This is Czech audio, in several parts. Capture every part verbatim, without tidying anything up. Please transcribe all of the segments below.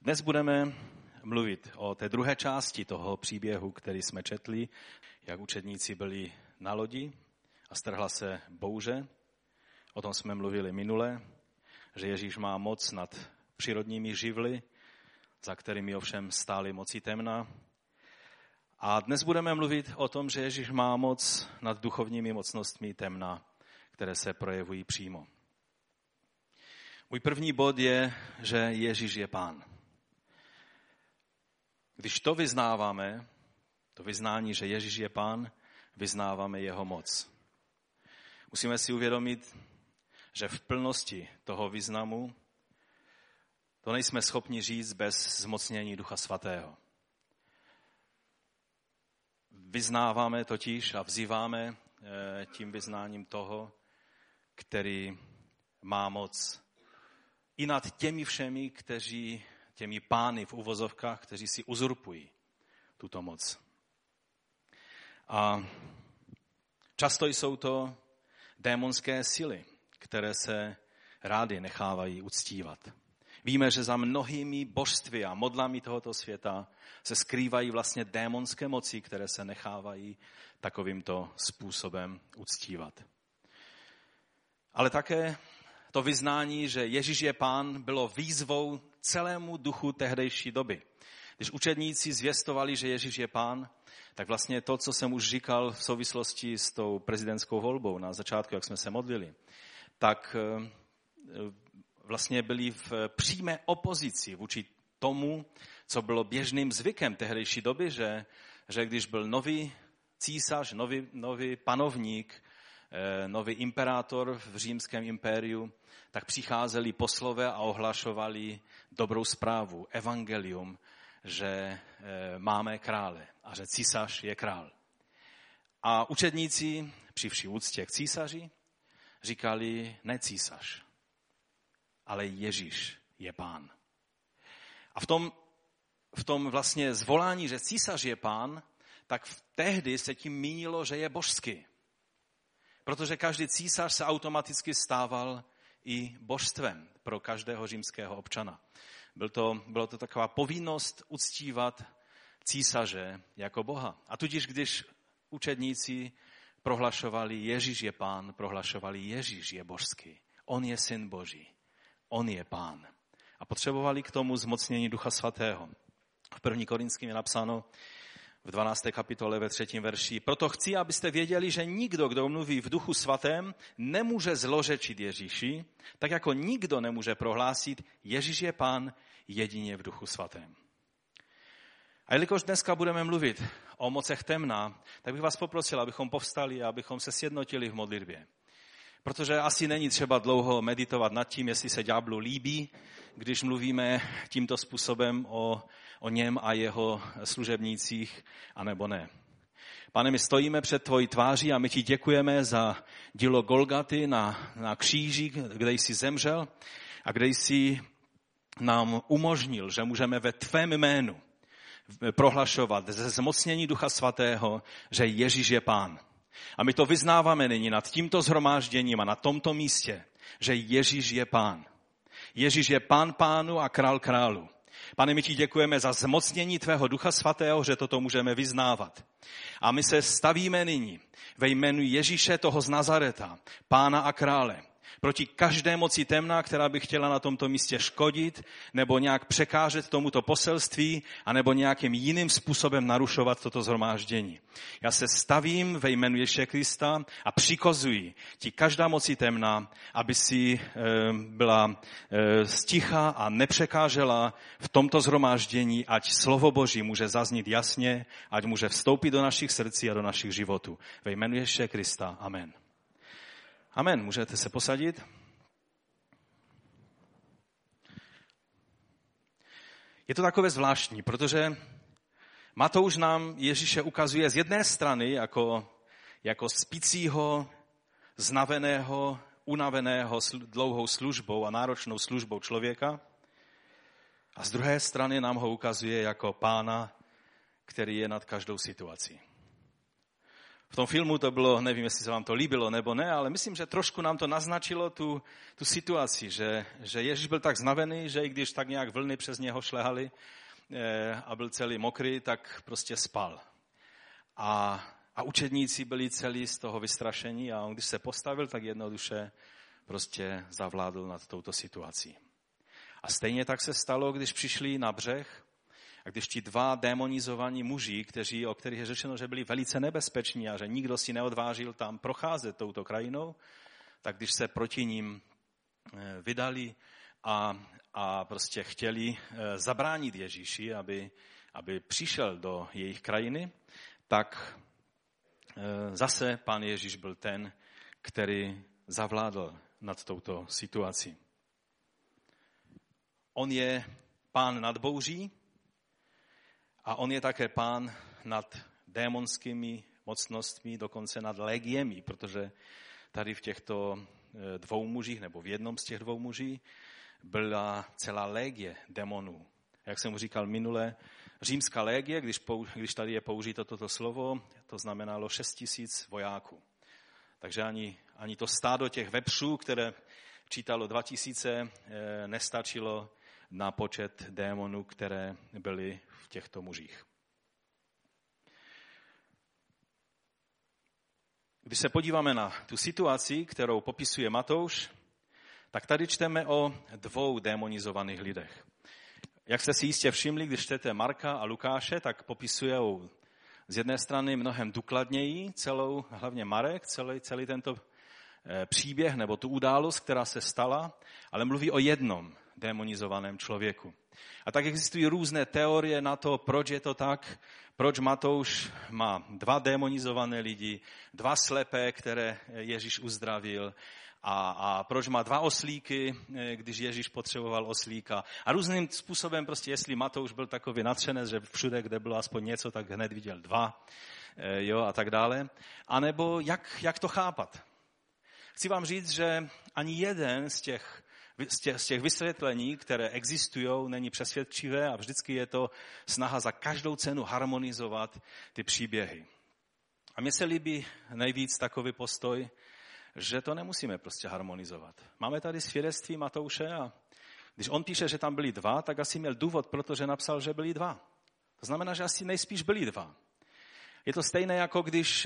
Dnes budeme mluvit o té druhé části toho příběhu, který jsme četli, jak učedníci byli na lodi a strhla se bouře. O tom jsme mluvili minule, že Ježíš má moc nad přírodními živly, za kterými ovšem stály moci temna. A dnes budeme mluvit o tom, že Ježíš má moc nad duchovními mocnostmi temna, které se projevují přímo. Můj první bod je, že Ježíš je Pán. Když to vyznáváme, to vyznání, že Ježíš je Pán, vyznáváme jeho moc. Musíme si uvědomit, že v plnosti toho významu to nejsme schopni říct bez zmocnění Ducha Svatého. Vyznáváme totiž a vzýváme tím vyznáním toho, který má moc i nad těmi všemi, kteří, těmi pány v uvozovkách, kteří si uzurpují tuto moc. A často jsou to démonské síly, které se rády nechávají uctívat. Víme, že za mnohými božství a modlami tohoto světa se skrývají vlastně démonské moci, které se nechávají takovýmto způsobem uctívat. Ale také to vyznání, že Ježíš je Pán, bylo výzvou celému duchu tehdejší doby. Když učedníci zvěstovali, že Ježíš je Pán, tak vlastně to, co jsem už říkal v souvislosti s tou prezidentskou volbou na začátku, jak jsme se modlili, tak vlastně byli v přímé opozici vůči tomu, co bylo běžným zvykem tehdejší doby, že, že když byl nový císař, nový, nový panovník, nový imperátor v římském impériu, tak přicházeli poslové a ohlašovali dobrou zprávu, evangelium, že máme krále a že císař je král. A učedníci při vší úctě k císaři říkali ne císař, ale Ježíš je Pán. A v tom, v tom vlastně zvolání, že císař je Pán, tak tehdy se tím mínilo, že je božský. Protože každý císař se automaticky stával i božstvem pro každého římského občana. Byl to, bylo to taková povinnost uctívat císaře jako Boha. A tudíž, když učedníci prohlašovali Ježíš je Pán, prohlašovali Ježíš je božský. On je Syn Boží. On je Pán. A potřebovali k tomu zmocnění Ducha Svatého. V první Korinským je napsáno v dvanácté kapitole ve třetím verši. Proto chci, abyste věděli, že nikdo, kdo mluví v Duchu Svatém, nemůže zlořečit Ježíši, tak jako nikdo nemůže prohlásit Ježíš je Pán jedině v Duchu Svatém. A jelikož dneska budeme mluvit o mocech temna, tak bych vás poprosil, abychom povstali a abychom se sjednotili v modlitbě. Protože asi není třeba dlouho meditovat nad tím, jestli se ďáblu líbí, když mluvíme tímto způsobem o, o něm a jeho služebnících, anebo ne. Pane, my stojíme před tvojí tváří a my ti děkujeme za dílo Golgaty na, na kříži, kde jsi zemřel a kde jsi nám umožnil, že můžeme ve tvém jménu prohlašovat ze zmocnění Ducha Svatého, že Ježíš je Pán. A my to vyznáváme nyní nad tímto shromážděním a na tomto místě, že Ježíš je Pán. Ježíš je Pán pánu a král králu. Pane, my ti děkujeme za zmocnění tvého Ducha Svatého, že toto můžeme vyznávat. A my se stavíme nyní ve jménu Ježíše toho z Nazareta, Pána a krále, proti každé moci temna, která by chtěla na tomto místě škodit, nebo nějak překážet tomuto poselství, anebo nějakým jiným způsobem narušovat toto shromáždění. Já se stavím ve jménu Ježíše Krista a přikazuji ti každá moci temna, aby si e, byla e, sticha a nepřekážela v tomto shromáždění, ať slovo Boží může zaznít jasně, ať může vstoupit do našich srdcí a do našich životů. Ve jménu Ježíše Krista. Amen. Amen. Můžete se posadit. Je to takové zvláštní, protože Matouš nám Ježíše ukazuje z jedné strany jako, jako spícího, znaveného, unaveného dlouhou službou a náročnou službou člověka a z druhé strany nám ho ukazuje jako Pána, který je nad každou situací. v tom filmu to bylo, nevím, jestli se vám to líbilo nebo ne, ale myslím, že trošku nám to naznačilo tu, tu situaci, že, že Ježíš byl tak znavený, že i když tak nějak vlny přes něho šlehaly eh, a byl celý mokrý, tak prostě spal. A, a učedníci byli celí z toho vystrašení a on, když se postavil, tak jednoduše prostě zavládl nad touto situací. A stejně tak se stalo, když přišli na břeh a když ti dva démonizovaní muži, kteří, o kterých je řečeno, že byli velice nebezpeční a že nikdo si neodvážil tam procházet touto krajinou, tak když se proti ním vydali a, a prostě chtěli zabránit Ježíši, aby, aby přišel do jejich krajiny, tak zase Pán Ježíš byl ten, který zavládl nad touto situací. On je Pán nad bouří a on je také Pán nad démonskými mocnostmi, dokonce nad legiemi, protože tady v těchto dvou mužích, nebo v jednom z těch dvou muží, byla celá legie démonů. Jak jsem mu říkal minule, římská legie, když, pou, když tady je použito toto slovo, to znamenalo šest tisíc vojáků. Takže ani, ani to stádo těch vepřů, které čítalo dva tisíce, nestačilo na počet démonů, které byly v těchto mužích. Když se podíváme na tu situaci, kterou popisuje Matouš, tak tady čteme o dvou démonizovaných lidech. Jak jste si jistě všimli, když čtete Marka a Lukáše, tak popisují z jedné strany mnohem důkladněji celou, hlavně Marek, celý, celý tento příběh nebo tu událost, která se stala, ale mluví o jednom démonizovaném člověku. A tak existují různé teorie na to, proč je to tak, proč Matouš má dva démonizované lidi, dva slepé, které Ježíš uzdravil, a, a proč má dva oslíky, když Ježíš potřeboval oslíka. A různým způsobem prostě, jestli Matouš byl takový nadšenec, že všude, kde bylo aspoň něco, tak hned viděl dva, jo, a tak dále. A nebo jak, jak to chápat? Chci vám říct, že ani jeden z těch, z těch, z těch vysvětlení, které existují, není přesvědčivé a vždycky je to snaha za každou cenu harmonizovat ty příběhy. A mně se líbí nejvíc takový postoj, že to nemusíme prostě harmonizovat. Máme tady svědectví Matouše a když on píše, že tam byli dva, tak asi měl důvod, protože napsal, že byli dva. To znamená, že asi nejspíš byli dva. Je to stejné, jako když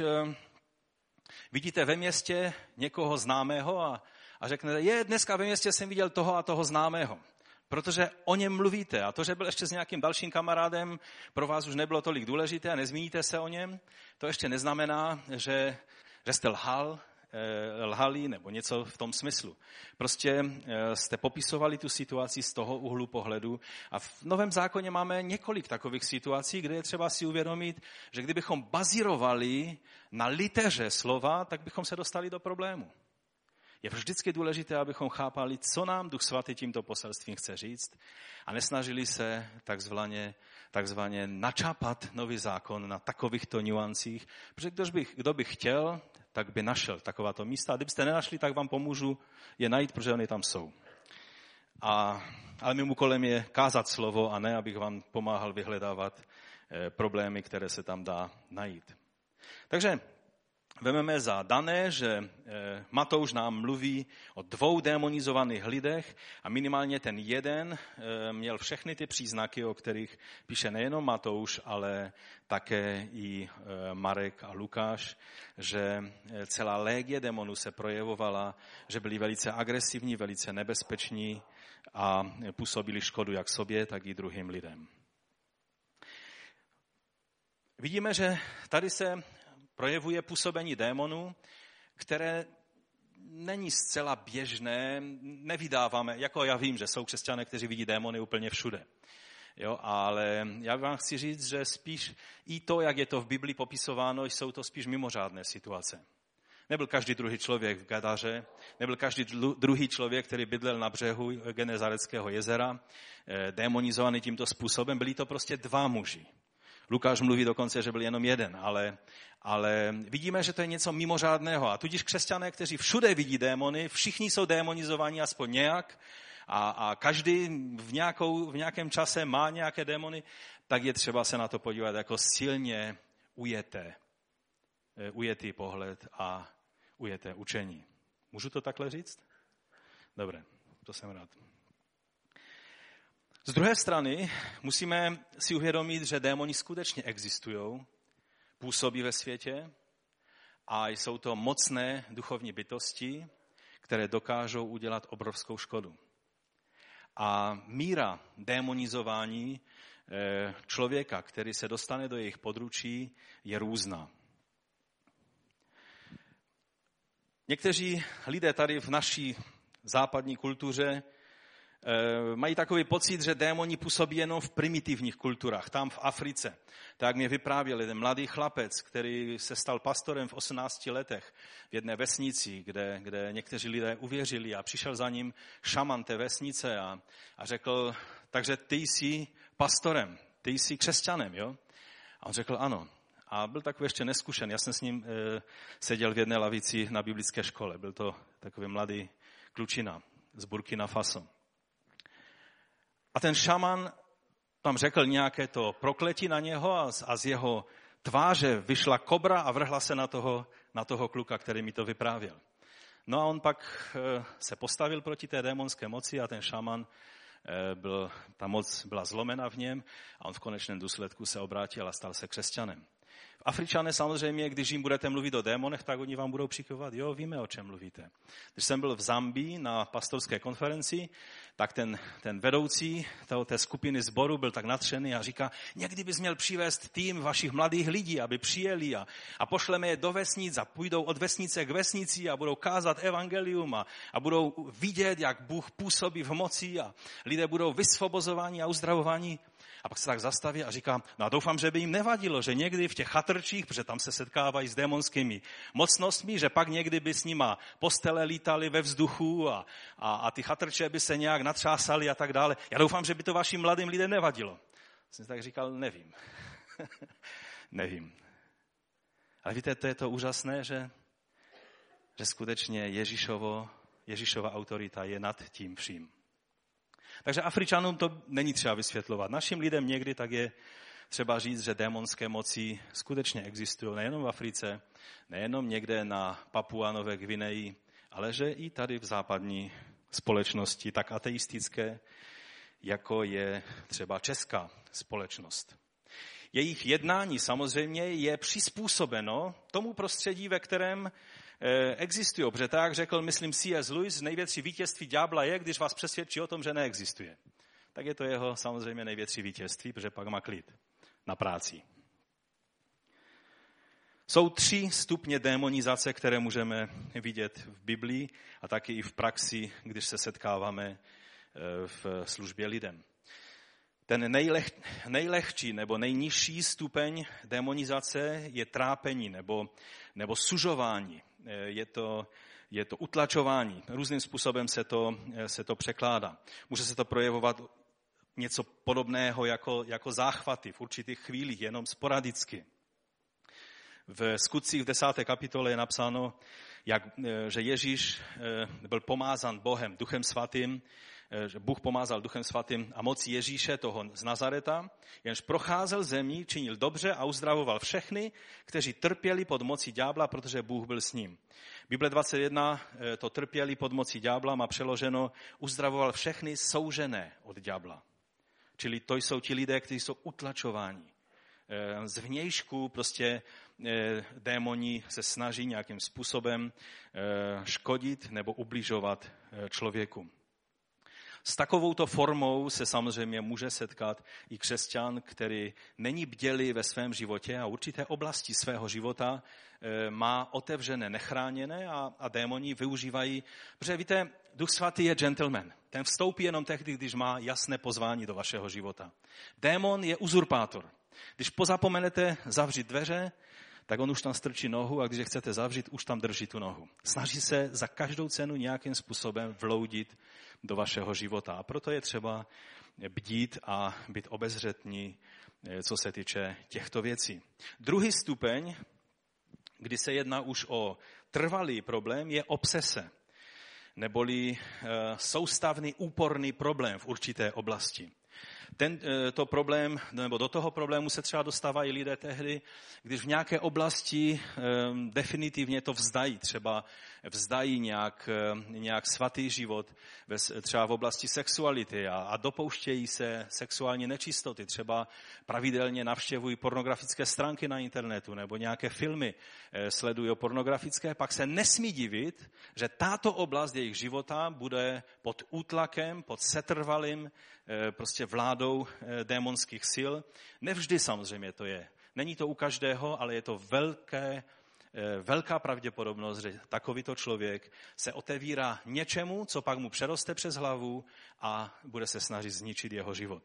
vidíte ve městě někoho známého a, a řeknete, je, dneska ve městě jsem viděl toho a toho známého. Protože o něm mluvíte a to, že byl ještě s nějakým dalším kamarádem, pro vás už nebylo tolik důležité a nezmíníte se o něm, to ještě neznamená, že, že jste lhal, lhali nebo něco v tom smyslu. Prostě jste popisovali tu situaci z toho úhlu pohledu a v Novém zákoně máme několik takových situací, kde je třeba si uvědomit, že kdybychom bazírovali na liteře slova, tak bychom se dostali do problému. Je vždycky důležité, abychom chápali, co nám Duch Svatý tímto poselstvím chce říct a nesnažili se takzvaně, takzvaně načapat nový zákon na takovýchto nuancích, protože kdo by, kdo by chtěl, tak by našel takováto místa. A kdybyste nenašli, tak vám pomůžu je najít, protože oni tam jsou. A, ale mým úkolem je kázat slovo a ne, abych vám pomáhal vyhledávat eh, problémy, které se tam dá najít. Takže vememe za dané, že Matouš nám mluví o dvou démonizovaných lidech a minimálně ten jeden měl všechny ty příznaky, o kterých píše nejenom Matouš, ale také i Marek a Lukáš, že celá légie démonů se projevovala, že byli velice agresivní, velice nebezpeční a působili škodu jak sobě, tak i druhým lidem. Vidíme, že tady se projevuje působení démonů, které není zcela běžné, nevydáváme, jako já vím, že jsou křesťané, kteří vidí démony úplně všude. Jo, ale já vám chci říct, že spíš i to, jak je to v Biblii popisováno, jsou to spíš mimořádné situace. Nebyl každý druhý člověk v Gadaře, nebyl každý druhý člověk, který bydlel na břehu Genezareckého jezera, démonizovaný tímto způsobem, byli to prostě dva muži. Lukáš mluví dokonce, že byl jenom jeden, ale, ale vidíme, že to je něco mimořádného. A tudíž křesťané, kteří všude vidí démony, všichni jsou démonizovaní aspoň nějak a, a každý v, nějakou, v nějakém čase má nějaké démony, tak je třeba se na to podívat jako silně ujeté. ujetý pohled a ujeté učení. Můžu to takhle říct? Dobré, to jsem rád. Z druhé strany musíme si uvědomit, že démoni skutečně existují, působí ve světě a jsou to mocné duchovní bytosti, které dokážou udělat obrovskou škodu. A míra démonizování člověka, který se dostane do jejich područí, je různá. Někteří lidé tady v naší západní kultuře mají takový pocit, že démoni působí jenom v primitivních kulturách, tam v Africe. Tak mě vyprávěl jeden mladý chlapec, který se stal pastorem v osmnácti letech v jedné vesnici, kde, kde někteří lidé uvěřili a přišel za ním šaman té vesnice a, a řekl, takže ty jsi pastorem, ty jsi křesťanem, jo? A on řekl ano. A byl takový ještě neskušen. Já jsem s ním e, seděl v jedné lavici na biblické škole. Byl to takový mladý klučina z Burkina Faso. A ten šaman tam řekl nějaké to prokletí na něho a z, a z jeho tváře vyšla kobra a vrhla se na toho, na toho kluka, který mi to vyprávěl. No a on pak e, se postavil proti té démonské moci a ten šaman, e, byl, ta moc byla zlomena v něm a on v konečném důsledku se obrátil a stal se křesťanem. Afričané samozřejmě, když jim budete mluvit o démonech, tak oni vám budou přikovat, jo, víme, o čem mluvíte. Když jsem byl v Zambii na pastorské konferenci, tak ten, ten vedoucí té skupiny sboru byl tak nadšený a říká, někdy bys měl přivést tým vašich mladých lidí, aby přijeli a, a pošleme je do vesnic a půjdou od vesnice k vesnici a budou kázat evangelium a, a budou vidět, jak Bůh působí v moci a lidé budou vysvobozováni a uzdravováni. A pak se tak zastaví a říká, no a doufám, že by jim nevadilo, že někdy v těch chatrčích, protože tam se setkávají s démonskými mocnostmi, že pak někdy by s nima postele lítaly ve vzduchu a, a, a ty chatrče by se nějak natřásaly a tak dále. Já doufám, že by to vašim mladým lidem nevadilo. Jsem si tak říkal, nevím. nevím. Ale víte, to je to úžasné, že, že skutečně Ježíšovo, Ježíšova autorita je nad tím vším. Takže Afričanům to není třeba vysvětlovat. Našim lidem někdy tak je třeba říct, že démonské moci skutečně existují nejenom v Africe, nejenom někde na Papua Nové Gvineji, ale že i tady v západní společnosti, tak ateistické, jako je třeba česká společnost. Jejich jednání samozřejmě je přizpůsobeno tomu prostředí, ve kterém existují. Protože tak řekl, myslím, C S Lewis, největší vítězství ďábla je, když vás přesvědčí o tom, že neexistuje. Tak je to jeho samozřejmě největší vítězství, protože pak má klid na práci. Jsou tři stupně démonizace, které můžeme vidět v Biblii a taky i v praxi, když se setkáváme v službě lidem. Ten nejleh, nejlehčí nebo nejnižší stupeň démonizace je trápení nebo, nebo sužování. Je to, je to utlačování. Různým způsobem se to, se to překládá. Může se to projevovat něco podobného jako, jako záchvaty v určitých chvílích, jenom sporadicky. V Skutcích v desáté kapitole je napsáno, jak, že Ježíš byl pomázán Bohem, Duchem Svatým, že Bůh pomázal Duchem Svatým a mocí Ježíše, toho z Nazareta, jenž procházel zemí, činil dobře a uzdravoval všechny, kteří trpěli pod mocí ďábla, protože Bůh byl s ním. Bible dvacet jedna to trpěli pod mocí ďábla má přeloženo, uzdravoval všechny soužené od ďábla. Čili to jsou ti lidé, kteří jsou utlačováni. Z vnějšku prostě démoni se snaží nějakým způsobem škodit nebo ubližovat člověku. S takovouto formou se samozřejmě může setkat i křesťan, který není bdělý ve svém životě a určité oblasti svého života má otevřené, nechráněné a, a démoni využívají. Protože víte, Duch Svatý je gentleman. Ten vstoupí jenom tehdy, když má jasné pozvání do vašeho života. Démon je uzurpátor. Když pozapomenete zavřít dveře, tak on už tam strčí nohu a když je chcete zavřít, už tam drží tu nohu. Snaží se za každou cenu nějakým způsobem vloudit do vašeho života. A proto je třeba bdít a být obezřetní, co se týče těchto věcí. Druhý stupeň, kdy se jedná už o trvalý problém, je obsese, neboli soustavný, úporný problém v určité oblasti. Tento problém, nebo do toho problému se třeba dostávají lidé tehdy, když v nějaké oblasti um, definitivně to vzdají, třeba vzdají nějak, nějak svatý život, třeba v oblasti sexuality a, a dopouštějí se sexuální nečistoty, třeba pravidelně navštěvují pornografické stránky na internetu nebo nějaké filmy sledují pornografické, pak se nesmí divit, že tato oblast jejich života bude pod útlakem, pod setrvalým prostě vládou démonských sil. Nevždy samozřejmě to je. Není to u každého, ale je to velké, velká pravděpodobnost, že takovýto člověk se otevírá něčemu, co pak mu přeroste přes hlavu a bude se snažit zničit jeho život.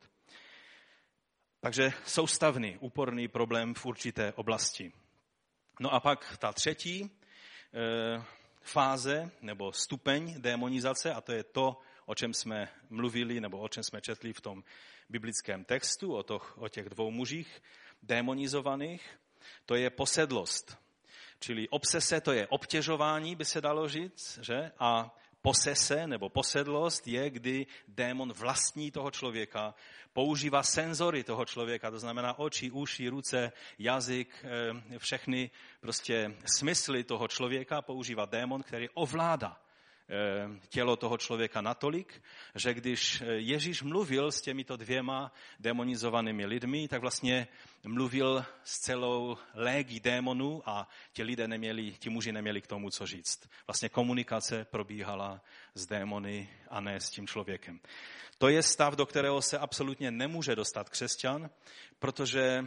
Takže soustavný, úporný problém v určité oblasti. No a pak ta třetí e, fáze nebo stupeň démonizace, a to je to, o čem jsme mluvili nebo o čem jsme četli v tom biblickém textu, o, to, o těch dvou mužích démonizovaných, to je posedlost. Čili obsese, to je obtěžování, by se dalo říct, že? A posese nebo posedlost je, kdy démon vlastní toho člověka, používá senzory toho člověka, to znamená oči, uši, ruce, jazyk, všechny prostě smysly toho člověka používá démon, který ovládá tělo toho člověka natolik, že když Ježíš mluvil s těmito dvěma demonizovanými lidmi, tak vlastně mluvil s celou légí démonů a ti lidé neměli, ti muži neměli k tomu, co říct. Vlastně komunikace probíhala s démony a ne s tím člověkem. To je stav, do kterého se absolutně nemůže dostat křesťan, protože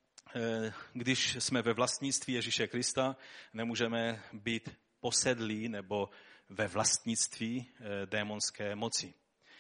když jsme ve vlastnictví Ježíše Krista, nemůžeme být posedlí nebo ve vlastnictví démonské moci.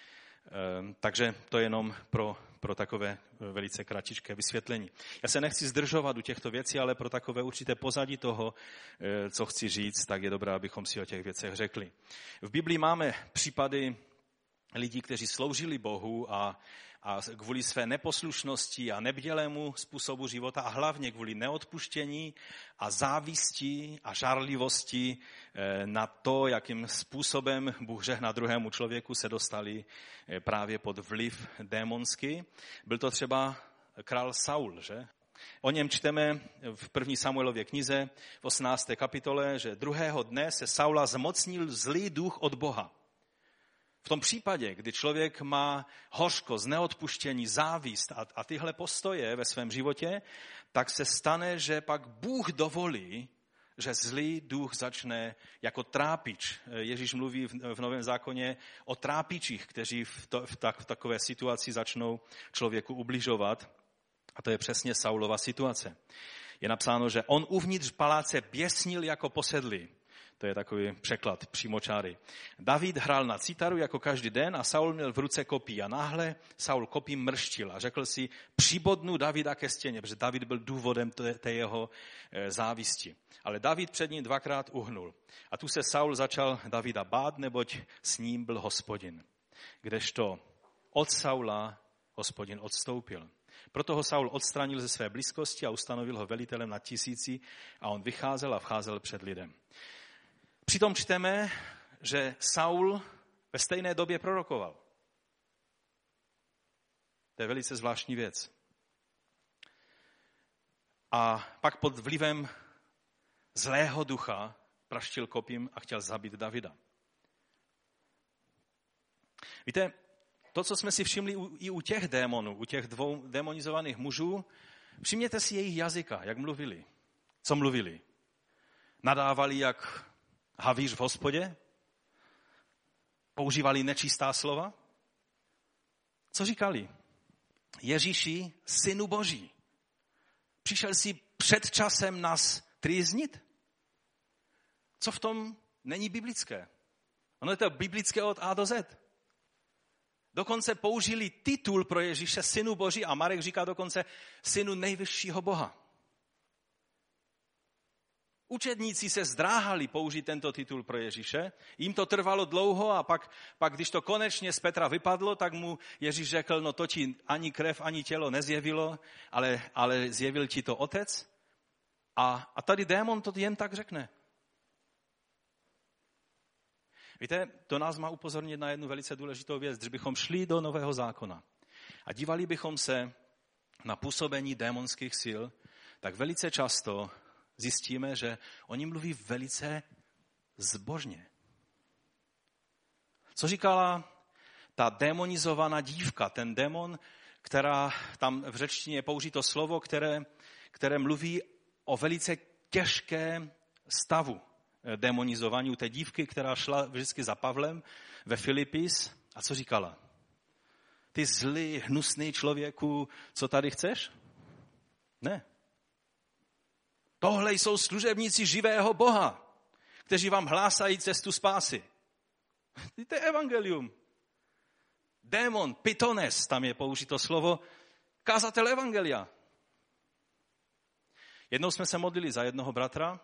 Takže to je jenom pro, pro takové velice kratičké vysvětlení. Já se nechci zdržovat u těchto věcí, ale pro takové určité pozadí toho, co chci říct, tak je dobré, abychom si o těch věcech řekli. V Biblii máme případy lidí, kteří sloužili Bohu a a kvůli své neposlušnosti a nebdělému způsobu života a hlavně kvůli neodpuštění a závisti a žárlivosti na to, jakým způsobem Bůh žehná druhému člověku, se dostali právě pod vliv démonský. Byl to třeba král Saul, že? O něm čteme v první Samuelově knize v osmnácté kapitole, že druhého dne se Saula zmocnil zlý duch od Boha. V tom případě, kdy člověk má hořkost, neodpuštění, závist a, a tyhle postoje ve svém životě, tak se stane, že pak Bůh dovolí, že zlý duch začne jako trápič. Ježíš mluví v, v Novém zákoně o trápičích, kteří v, to, v, tak, v takové situaci začnou člověku ubližovat. A to je přesně Saulova situace. Je napsáno, že on uvnitř paláce běsnil jako posedlý. To je takový překlad přímočáry. David hrál na citaru jako každý den a Saul měl v ruce kopí. A náhle Saul kopí mrštil a řekl si, přibodnu Davida ke stěně, protože David byl důvodem té jeho závisti. Ale David před ním dvakrát uhnul. A tu se Saul začal Davida bát, neboť s ním byl Hospodin. Kdežto od Saula Hospodin odstoupil. Proto ho Saul odstranil ze své blízkosti a ustanovil ho velitelem nad tisíci a on vycházel a vcházel před lidem. Přitom čteme, že Saul ve stejné době prorokoval. To je velice zvláštní věc. A pak pod vlivem zlého ducha praštil kopím a chtěl zabít Davida. Víte, to, co jsme si všimli i u těch démonů, u těch dvou demonizovaných mužů, všimněte si jejich jazyka, jak mluvili. Co mluvili? Nadávali jak havíř v hospodě? Používali nečistá slova? Co říkali? Ježíši, synu Boží, přišel jsi před časem nás trýznit? Co v tom není biblické? Ono je to biblické od A do Z. Dokonce použili titul pro Ježíše synu Boží a Marek říká dokonce synu nejvyššího Boha. Učedníci se zdráhali použít tento titul pro Ježíše. Jim to trvalo dlouho a pak, pak, když to konečně z Petra vypadlo, tak mu Ježíš řekl, no to ti ani krev, ani tělo nezjevilo, ale, ale zjevil ti to Otec. A, a tady démon to jen tak řekne. Víte, to nás má upozornit na jednu velice důležitou věc. Když bychom šli do Nového zákona a dívali bychom se na působení démonských sil, tak velice často zjistíme, že oni mluví velice zbožně. Co říkala ta demonizovaná dívka, ten démon, která tam v řečtině je použito slovo, které, které mluví o velice těžkém stavu demonizování u té dívky, která šla vždycky za Pavlem ve Filipis. A co říkala? Ty zlý, hnusný člověku, co tady chceš? Ne. Tohle jsou služebníci živého Boha, kteří vám hlásají cestu spásy. To je evangelium. Démon, pitones, tam je použito slovo, kázatel evangelia. Jednou jsme se modlili za jednoho bratra,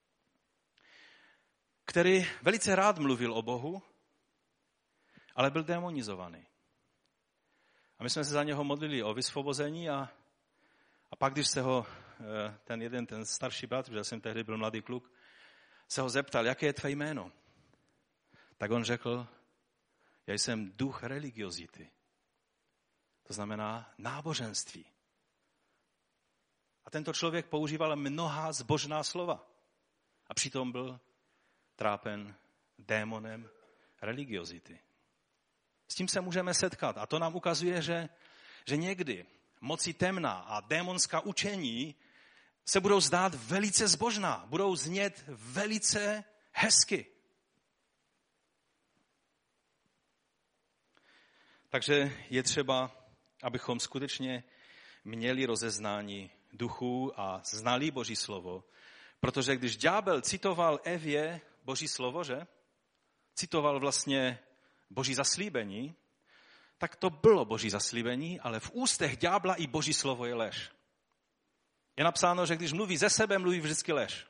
který velice rád mluvil o Bohu, ale byl demonizovaný. A my jsme se za něho modlili o vysvobození a, a pak, když se ho ten jeden, ten starší bratr, protože jsem tehdy byl mladý kluk, se ho zeptal, jaké je tvé jméno, tak on řekl, já jsem duch religiozity. To znamená náboženství. A tento člověk používal mnohá zbožná slova. A přitom byl trápen démonem religiozity. S tím se můžeme setkat. A to nám ukazuje, že, že někdy moci temna a démonská učení se budou zdát velice zbožná. Budou znět velice hezky. Takže je třeba, abychom skutečně měli rozeznání duchů a znali Boží slovo, protože když ďábel citoval Evě Boží slovo, že? Citoval vlastně Boží zaslíbení, tak to bylo Boží zaslíbení, ale v ústech ďábla i Boží slovo je lež. Je napsáno, že když mluví ze sebe, mluví vždycky lež.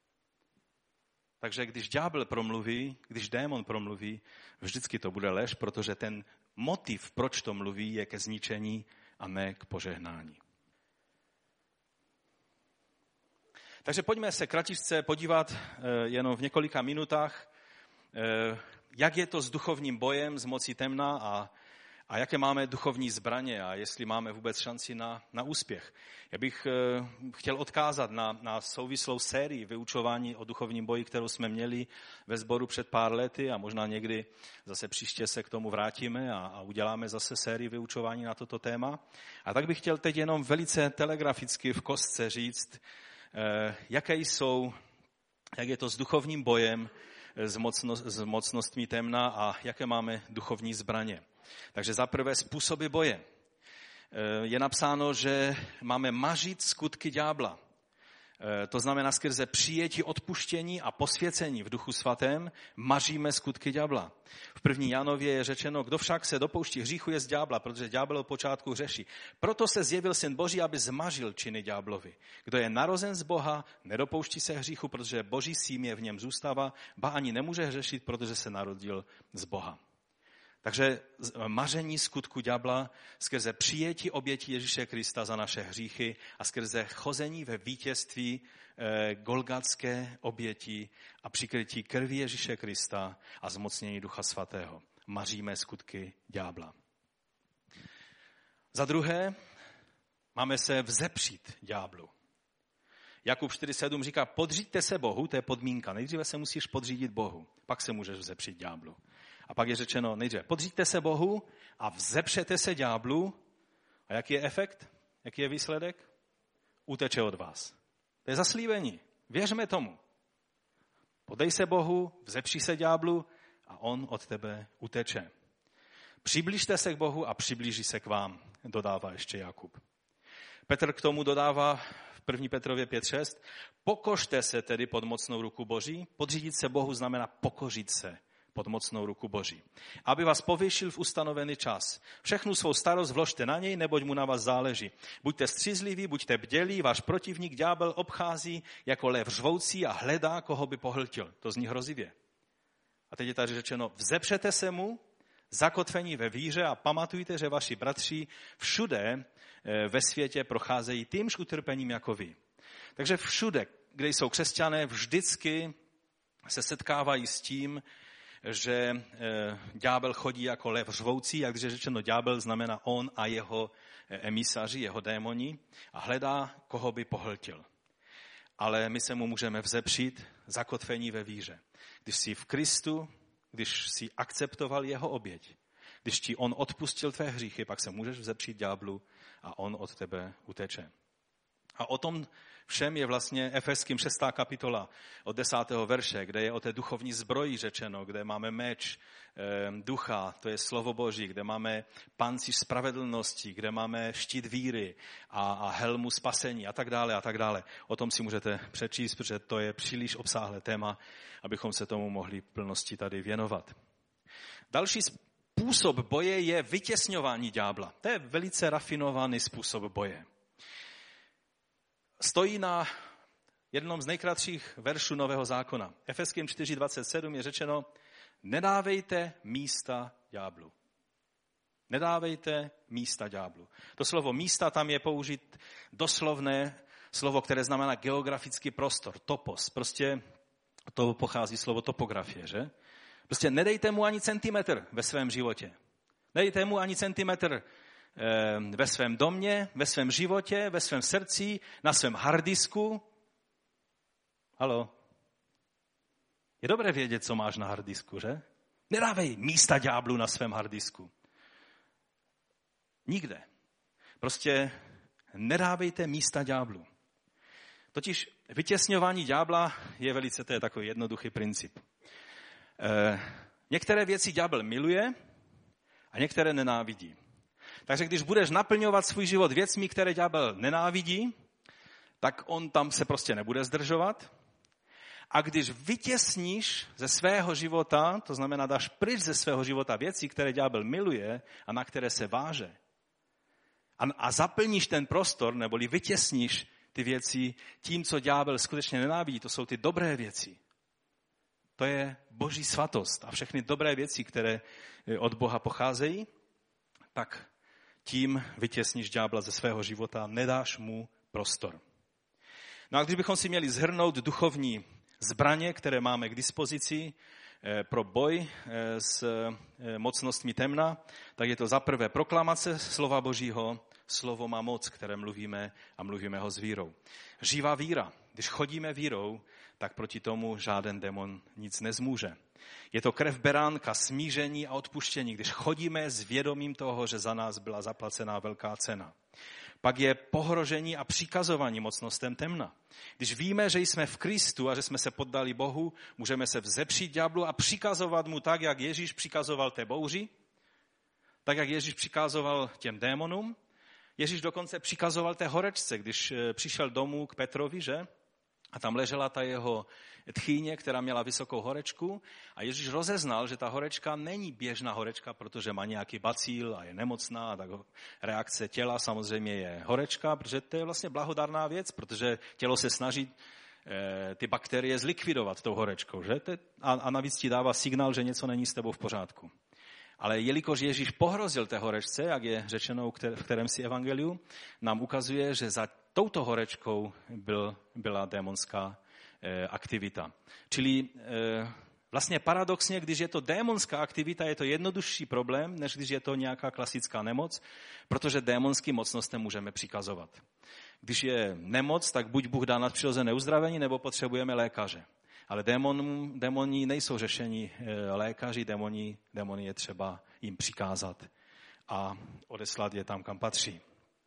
Takže když ďábel promluví, když démon promluví, vždycky to bude lež, protože ten motiv, proč to mluví, je ke zničení a ne k požehnání. Takže pojďme se kratičce podívat jenom v několika minutách, jak je to s duchovním bojem, s mocí temna a, a jaké máme duchovní zbraně a jestli máme vůbec šanci na, na úspěch. Já bych chtěl odkázat na, na souvislou sérii vyučování o duchovním boji, kterou jsme měli ve sboru před pár lety a možná někdy zase příště se k tomu vrátíme a, a uděláme zase sérii vyučování na toto téma. A tak bych chtěl teď jenom velice telegraficky v kostce říct, jaké jsou, jak je to s duchovním bojem, s, mocno, s mocnostmi temna a jaké máme duchovní zbraně. Takže za prvé způsoby boje. Je napsáno, že máme mažit skutky ďábla. To znamená skrze přijetí odpuštění a posvěcení v Duchu svatém mažíme skutky ďábla. V první Janově je řečeno, kdo však se dopouští hříchu je z ďábla, protože ďábel od počátku hřeší. Proto se zjevil Syn Boží, aby zmažil činy ďáblovi. Kdo je narozen z Boha, nedopouští se hříchu, protože Boží símě v něm zůstává, ba ani nemůže hřešit, protože se narodil z Boha. Takže maření skutku ďábla skrze přijetí oběti Ježíše Krista za naše hříchy a skrze chození ve vítězství golgatské oběti a přikrytí krví Ježíše Krista a zmocnění Ducha Svatého. Maříme skutky ďábla. Za druhé, máme se vzepřít ďáblu. Jakub čtyři sedm říká, podříďte se Bohu, to je podmínka. Nejdříve se musíš podřídit Bohu, pak se můžeš vzepřít ďáblu. A pak je řečeno nejdříve, podříďte se Bohu a vzepřete se ďáblu. A jaký je efekt? Jaký je výsledek? Uteče od vás. To je zaslíbení. Věřme tomu. Podej se Bohu, vzepři se ďáblu a on od tebe uteče. Přiblížte se k Bohu a přiblíží se k vám, dodává ještě Jakub. Petr k tomu dodává v první Petrově pět šest. Pokořte se tedy pod mocnou ruku Boží. Podřídit se Bohu znamená pokořit se pod mocnou ruku Boží. Aby vás povýšil v ustanovený čas. Všechnu svou starost vložte na něj, neboť mu na vás záleží. Buďte střízliví, buďte bdělí, váš protivník ďábel obchází jako lev řvoucí a hledá, koho by pohltil. To zní hrozivě. A teď je tady řečeno, vzepřete se mu, zakotvení ve víře a pamatujte, že vaši bratři všude ve světě procházejí týmž utrpením jako vy. Takže všude, kde jsou křesťané, vždycky se setkávají s tím, že e, ďábel chodí jako lev řvoucí, jak když je řečeno ďábel, znamená on a jeho emisaři, jeho démoni a hledá, koho by pohltil. Ale my se mu můžeme vzepřít zakotvení ve víře. Když jsi v Kristu, když jsi akceptoval jeho oběť, když ti on odpustil tvé hříchy, pak se můžeš vzepřít ďáblu a on od tebe uteče. A o tom všem je vlastně Efeským šestá kapitola od desátého verše, kde je o té duchovní zbroji řečeno, kde máme meč e, ducha, to je slovo Boží, kde máme pancíř spravedlnosti, kde máme štít víry a, a helmu spasení a tak dále a tak dále. O tom si můžete přečíst, protože to je příliš obsáhlé téma, abychom se tomu mohli plnosti tady věnovat. Další způsob boje je vytěsňování ďábla. To je velice rafinovaný způsob boje. Stojí na jednom z nejkratších veršů Nového zákona. Efeským čtyři dvacet sedm je řečeno, nedávejte místa ďáblu. Nedávejte místa ďáblu. To slovo místa tam je použit doslovné slovo, které znamená geografický prostor, topos. Prostě to pochází slovo topografie, že? Prostě nedejte mu ani centimetr ve svém životě. Nedejte mu ani centimetr ve svém domě, ve svém životě, ve svém srdci, na svém harddisku. Haló? Je dobré vědět, co máš na harddisku, že? Nedávej místa ďáblu na svém harddisku. Nikde. Prostě nedávejte místa ďáblu. Totiž vytěsňování ďábla je velice, to je takový jednoduchý princip. E, některé věci ďábel miluje a některé nenávidí. Takže když budeš naplňovat svůj život věcmi, které ďábel nenávidí, tak on tam se prostě nebude zdržovat. A když vytěsníš ze svého života, to znamená dáš pryč ze svého života věci, které ďábel miluje a na které se váže, a, a zaplníš ten prostor, neboli vytěsníš ty věci tím, co ďábel skutečně nenávidí, to jsou ty dobré věci. To je Boží svatost a všechny dobré věci, které od Boha pocházejí, tak tím vytěsníš ďábla ze svého života, nedáš mu prostor. No a když bychom si měli shrnout duchovní zbraně, které máme k dispozici pro boj s mocnostmi temna, tak je to za prvé proklamace slova Božího. Slovo má moc, které mluvíme a mluvíme ho s vírou. Živá víra. Když chodíme vírou, tak proti tomu žáden démon nic nezmůže. Je to krev beránka, smíření a odpuštění, když chodíme s vědomím toho, že za nás byla zaplacená velká cena. Pak je pohrožení a přikazování mocnostem temna. Když víme, že jsme v Kristu a že jsme se poddali Bohu, můžeme se vzepřít ďáblu a přikazovat mu tak, jak Ježíš přikazoval té bouři, tak, jak Ježíš přikazoval těm démonům. Ježíš dokonce přikazoval té horečce, když přišel domů k Petrovi, že? A tam ležela ta jeho tchýně, která měla vysokou horečku a Ježíš rozeznal, že ta horečka není běžná horečka, protože má nějaký bacil a je nemocná, tak reakce těla samozřejmě je horečka, protože to je vlastně blahodárná věc, protože tělo se snaží e, ty bakterie zlikvidovat tou horečkou, že? A, a navíc ti dává signál, že něco není s tebou v pořádku. Ale jelikož Ježíš pohrozil té horečce, jak je řečeno v kterém si evangeliu, nám ukazuje, že za touto horečkou byl, byla démonská e, aktivita. Čili e, vlastně paradoxně, když je to démonská aktivita, je to jednodušší problém, než když je to nějaká klasická nemoc, protože démonským mocnostem můžeme přikazovat. Když je nemoc, tak buď Bůh dá nadpřirozené uzdravení, nebo potřebujeme lékaře. Ale démonů, démoni nejsou řešení lékaři, démoni, démoni je třeba jim přikázat a odeslat je tam, kam patří.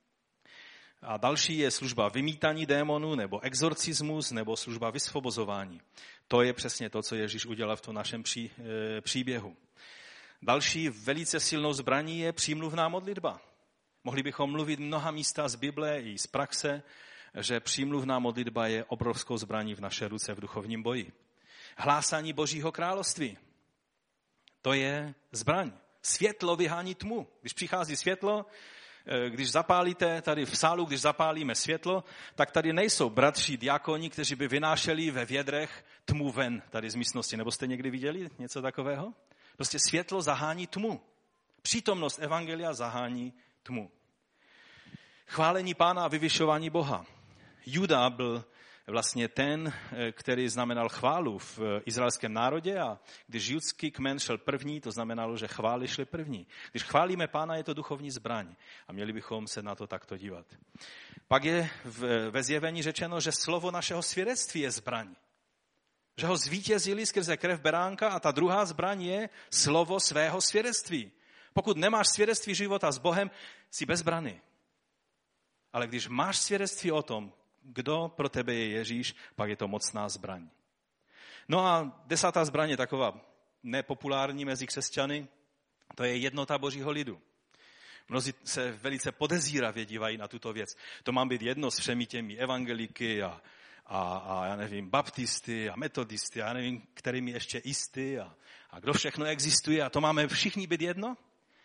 A další je služba vymítání démonů, nebo exorcismus, nebo služba vysvobozování. To je přesně to, co Ježíš udělal v tom našem pří, e, příběhu. Další velice silnou zbraní je přímluvná modlitba. Mohli bychom mluvit mnoha místa z Bible i z praxe, že přímluvná modlitba je obrovskou zbraní v naše ruce v duchovním boji. Hlásání Božího království. To je zbraň. Světlo vyhání tmu. Když přichází světlo, když zapálíte tady v sálu, když zapálíme světlo, tak tady nejsou bratři diakoni, kteří by vynášeli ve vědrech tmu ven tady z místnosti. Nebo jste někdy viděli něco takového? Prostě světlo zahání tmu. Přítomnost evangelia zahání tmu. Chválení Pána a vyvyšování Boha. Juda byl vlastně ten, který znamenal chválu v izraelském národě a když judský kmen šel první, to znamenalo, že chvály šly první. Když chválíme Pána, je to duchovní zbraň a měli bychom se na to takto dívat. Pak je ve Zjevení řečeno, že slovo našeho svědectví je zbraň. Že ho zvítězili skrze krev beránka a ta druhá zbraň je slovo svého svědectví. Pokud nemáš svědectví života s Bohem, jsi bezbraný. Ale když máš svědectví o tom, kdo pro tebe je Ježíš, pak je to mocná zbraň. No a desátá zbraň je taková nepopulární mezi křesťany, to je jednota Božího lidu. Mnozí se velice podezíravě dívají na tuto věc. To má být jedno s všemi těmi evangeliky a, a, a já nevím, baptisty a metodisty a já nevím, kterými ještě isty a, a kdo všechno existuje a to máme všichni být jedno?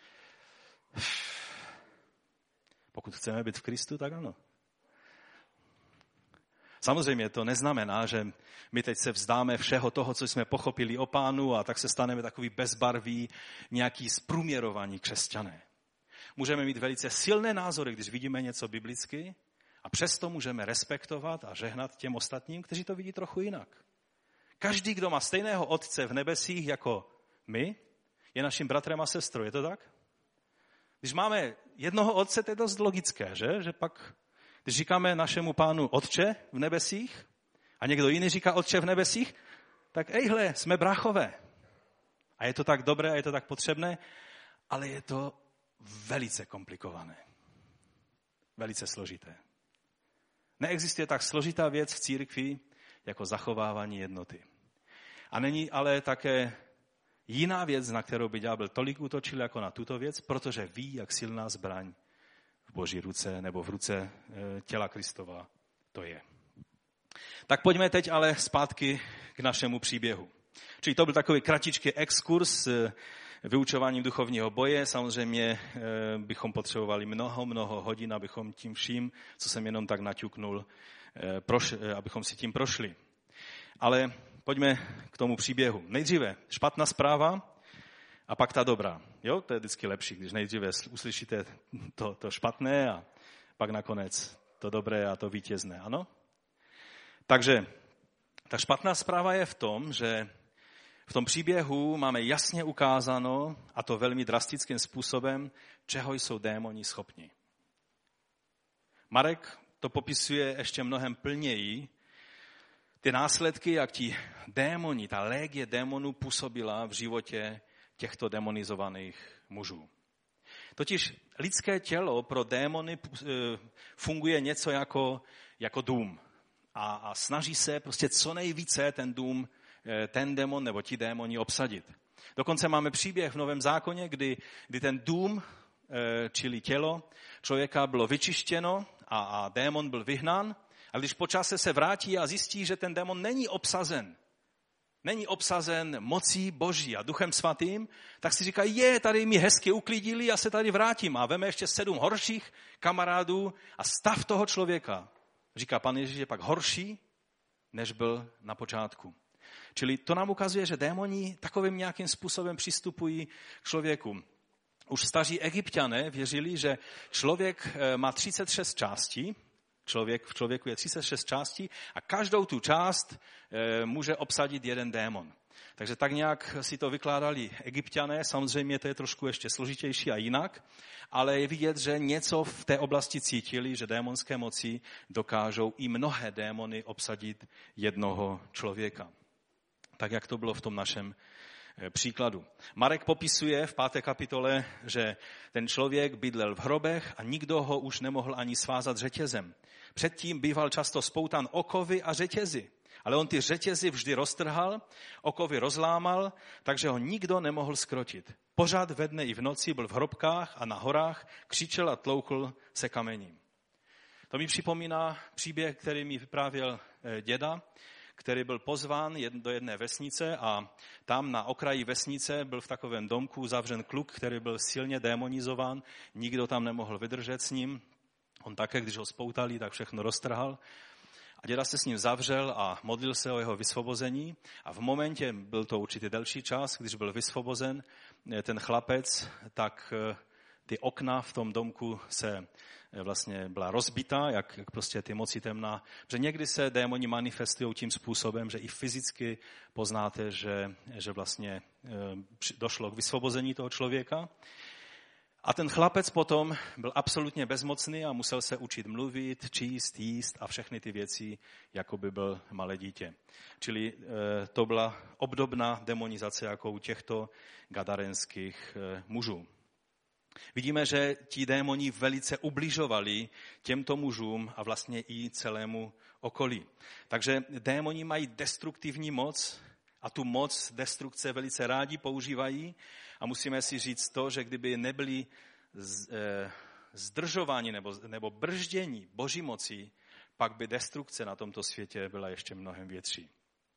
Pokud chceme být v Kristu, tak ano. Samozřejmě to neznamená, že my teď se vzdáme všeho toho, co jsme pochopili o Pánu a tak se staneme takový bezbarví, nějaký zprůměrovaní křesťané. Můžeme mít velice silné názory, když vidíme něco biblicky a přesto můžeme respektovat a žehnat těm ostatním, kteří to vidí trochu jinak. Každý, kdo má stejného otce v nebesích jako my, je naším bratrem a sestrou. Je to tak? Když máme jednoho otce, to je dost logické, že? Že pak, když říkáme našemu Pánu Otče v nebesích a někdo jiný říká Otče v nebesích, tak ejhle, jsme bráchové. A je to tak dobré a je to tak potřebné, ale je to velice komplikované. Velice složité. Neexistuje tak složitá věc v církvi, jako zachovávání jednoty. A není ale také jiná věc, na kterou by ďábel tolik útočil jako na tuto věc, protože ví, jak silná zbraň v Boží ruce nebo v ruce těla Kristova to je. Tak pojďme teď ale zpátky k našemu příběhu. Čili to byl takový kratičký exkurs s vyučováním duchovního boje. Samozřejmě bychom potřebovali mnoho, mnoho hodin, abychom tím vším, co jsem jenom tak naťuknul, proš, abychom si tím prošli. Ale pojďme k tomu příběhu. Nejdříve špatná zpráva a pak ta dobrá. Jo, to je vždycky lepší, když nejdříve uslyšíte to, to špatné a pak nakonec to dobré a to vítězné. Ano? Takže ta špatná zpráva je v tom, že v tom příběhu máme jasně ukázáno, a to velmi drastickým způsobem, čeho jsou démoni schopni. Marek to popisuje ještě mnohem plněji, ty následky, jak ti démoni, ta légie démonů působila v životě těchto demonizovaných mužů. Totiž lidské tělo pro démony funguje něco jako, jako dům a, a snaží se prostě co nejvíce ten dům, ten démon nebo ti démoni obsadit. Dokonce máme příběh v Novém zákoně, kdy, kdy ten dům, čili tělo člověka bylo vyčištěno a, a démon byl vyhnán. A když po čase se vrátí a zjistí, že ten démon není obsazen, není obsazen mocí Boží a Duchem Svatým, tak si říká, je, tady mi hezky uklidili, já se tady vrátím. A veme ještě sedm horších kamarádů a stav toho člověka, říká Pan Ježíš, je pak horší, než byl na počátku. Čili to nám ukazuje, že démoni takovým nějakým způsobem přistupují k člověku. Už staří Egypťané věřili, že člověk má třicet šest částí, Člověk, v člověku je třicet šest částí a každou tu část e, může obsadit jeden démon. Takže tak nějak si to vykládali Egypťané, samozřejmě to je trošku ještě složitější a jinak, ale je vidět, že něco v té oblasti cítili, že démonské moci dokážou i mnohé démony obsadit jednoho člověka. Tak jak to bylo v tom našem příkladu. Marek popisuje v páté kapitole, že ten člověk bydlel v hrobech a nikdo ho už nemohl ani svázat řetězem. Předtím býval často spoutan okovy a řetězy, ale on ty řetězy vždy roztrhal, okovy rozlámal, takže ho nikdo nemohl zkrotit. Pořád ve dne i v noci byl v hrobkách a na horách, křičel a tloukl se kamením. To mi připomíná příběh, který mi vyprávěl děda, který byl pozván do jedné vesnice a tam na okraji vesnice byl v takovém domku zavřen kluk, který byl silně démonizován, nikdo tam nemohl vydržet s ním. On také, když ho spoutali, tak všechno roztrhal. A děda se s ním zavřel a modlil se o jeho vysvobození. A v momentě, byl to určitě delší čas, když byl vysvobozen ten chlapec, tak ty okna v tom domku se vlastně byla rozbitá, jak, jak prostě ty moci temna. Že někdy se démoni manifestují tím způsobem, že i fyzicky poznáte, že, že vlastně došlo k vysvobození toho člověka. A ten chlapec potom byl absolutně bezmocný a musel se učit mluvit, číst, jíst a všechny ty věci, jako by byl malé dítě. Čili e, to byla obdobná demonizace jako u těchto gadarenských e, mužů. Vidíme, že ti démoni velice ubližovali těmto mužům a vlastně i celému okolí. Takže démoni mají destruktivní moc a tu moc destrukce velice rádi používají a musíme si říct to, že kdyby nebyli zdržováni nebo, nebo brždění Boží moci, pak by destrukce na tomto světě byla ještě mnohem větší.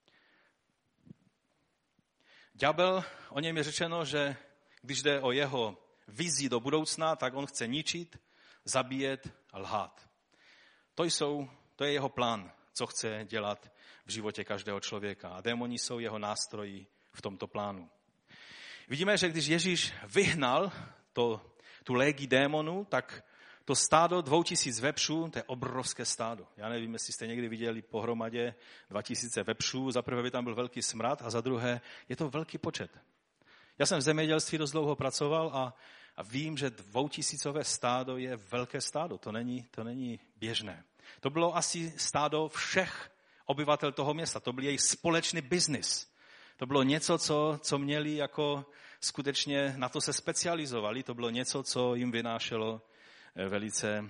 Ďábel, o něm je řečeno, že když jde o jeho vizi do budoucna, tak on chce ničit, zabíjet a lhát. To, jsou, to je jeho plán, co chce dělat v životě každého člověka. A démoni jsou jeho nástroji v tomto plánu. Vidíme, že když Ježíš vyhnal to, tu légii démonů, tak to stádo dvou tisíc vepřů, to je obrovské stádo. Já nevím, jestli jste někdy viděli pohromadě dva tisíce vepřů. Za prvé by tam byl velký smrad a za druhé je to velký počet. Já jsem v zemědělství dost dlouho pracoval a, a vím, že dvoutisícové stádo je velké stádo. To není, to není běžné. To bylo asi stádo všech obyvatel toho města. To byl jejich společný biznis. To bylo něco, co, co měli jako skutečně, na to se specializovali. To bylo něco, co jim vynášelo velice,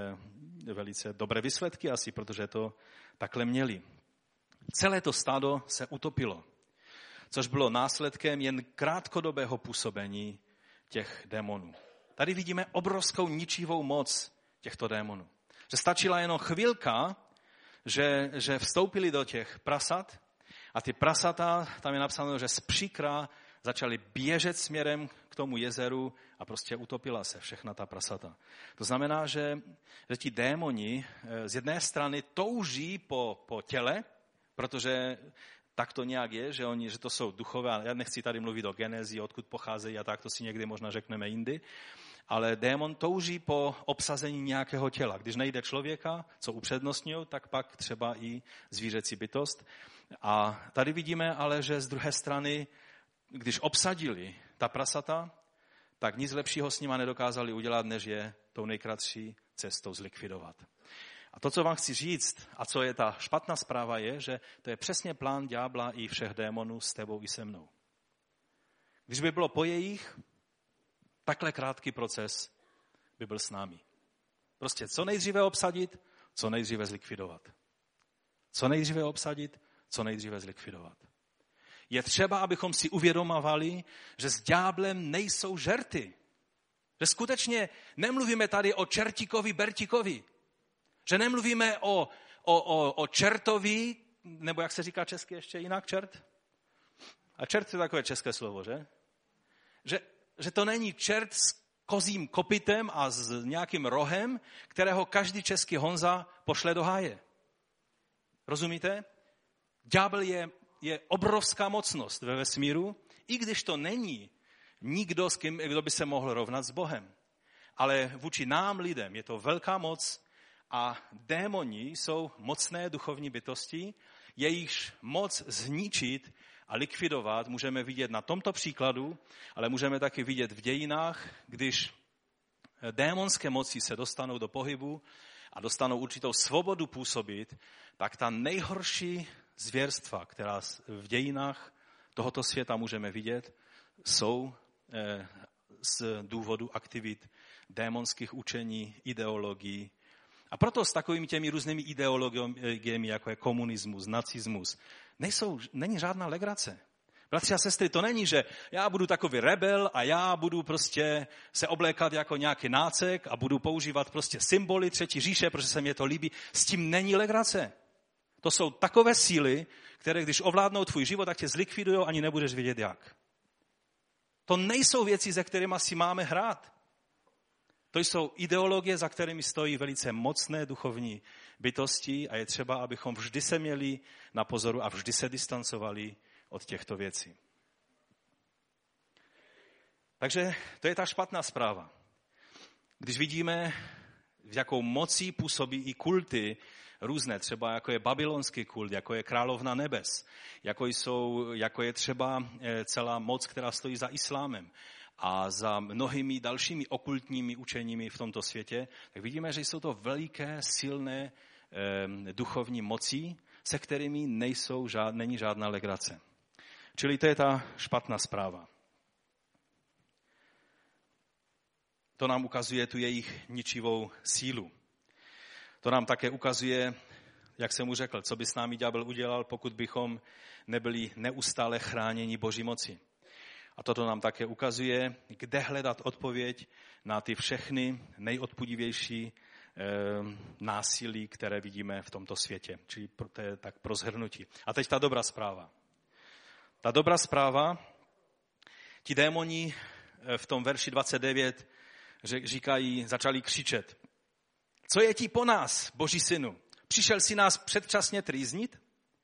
velice dobré výsledky asi, protože to takhle měli. Celé to stádo se utopilo, což bylo následkem jen krátkodobého působení těch démonů. Tady vidíme obrovskou ničivou moc těchto démonů. Že stačila jenom chvilka, že, že vstoupili do těch prasat a ty prasata, tam je napsáno, že z příkra začali běžet směrem k tomu jezeru a prostě utopila se všechna ta prasata. To znamená, že, že ti démoni z jedné strany touží po, po těle, protože tak to nějak je, že, oni, že to jsou duchové. Já nechci tady mluvit o genezi, odkud pocházejí a tak, to si někdy možná řekneme jindy. Ale démon touží po obsazení nějakého těla. Když nejde člověka, co upřednostňují, tak pak třeba i zvířecí bytost. A tady vidíme ale, že z druhé strany, když obsadili ta prasata, tak nic lepšího s nima nedokázali udělat, než je tou nejkratší cestou zlikvidovat. A to, co vám chci říct, a co je ta špatná zpráva, je, že to je přesně plán ďábla i všech démonů s tebou i se mnou. Když by bylo po jejich, takhle krátký proces by byl s námi. Prostě co nejdříve obsadit, co nejdříve zlikvidovat. Co nejdříve obsadit, co nejdříve zlikvidovat. Je třeba, abychom si uvědomovali, že s ďáblem nejsou žerty. Že skutečně nemluvíme tady o čertíkovi, bertíkovi. Že nemluvíme o, o, o, o čertovi, nebo jak se říká česky ještě jinak, čert? A čert je takové české slovo, že? Že, že to není čert s kozím kopitem a s nějakým rohem, kterého každý český Honza pošle do háje. Rozumíte? Ďábel je, je obrovská mocnost ve vesmíru, i když to není nikdo, s kým, kdo by se mohl rovnat s Bohem. Ale vůči nám lidem je to velká moc a démoni jsou mocné duchovní bytosti, jejichž moc zničit a likvidovat můžeme vidět na tomto příkladu, ale můžeme taky vidět v dějinách, když démonské moci se dostanou do pohybu a dostanou určitou svobodu působit, tak ta nejhorší zvěrstva, která v dějinách tohoto světa můžeme vidět, jsou z důvodu aktivit démonských učení, ideologií. A proto s takovými těmi různými ideologiemi, jako je komunismus, nacismus, nejsou, není žádná legrace. Bratři a sestry, to není, že já budu takový rebel a já budu prostě se oblékat jako nějaký nácek a budu používat prostě symboly třetí říše, protože se mě to líbí. S tím není legrace. To jsou takové síly, které když ovládnou tvůj život, tak tě zlikvidujou, ani nebudeš vědět jak. To nejsou věci, se kterými si máme hrát. To jsou ideologie, za kterými stojí velice mocné duchovní bytosti a je třeba, abychom vždy se měli na pozoru a vždy se distancovali od těchto věcí. Takže to je ta špatná zpráva. Když vidíme, s jakou mocí působí i kulty různé, třeba jako je babylonský kult, jako je královna nebes, jako, jsou, jako je třeba celá moc, která stojí za islámem a za mnohými dalšími okultními učeními v tomto světě, tak vidíme, že jsou to veliké, silné eh, duchovní moci, se kterými nejsou žád, není žádná legrace. Čili to je ta špatná zpráva. To nám ukazuje tu jejich ničivou sílu. To nám také ukazuje, jak jsem mu řekl, co by s námi ďábel udělal, pokud bychom nebyli neustále chráněni Boží moci. A toto nám také ukazuje, kde hledat odpověď na ty všechny nejodpudivější e, násilí, které vidíme v tomto světě. Čili to je tak pro shrnutí. A teď ta dobrá zpráva. Ta dobrá zpráva, ti démoni v tom verši dvacet devět říkají, začali křičet. Co je ti po nás, Boží synu? Přišel si nás předčasně trýznit?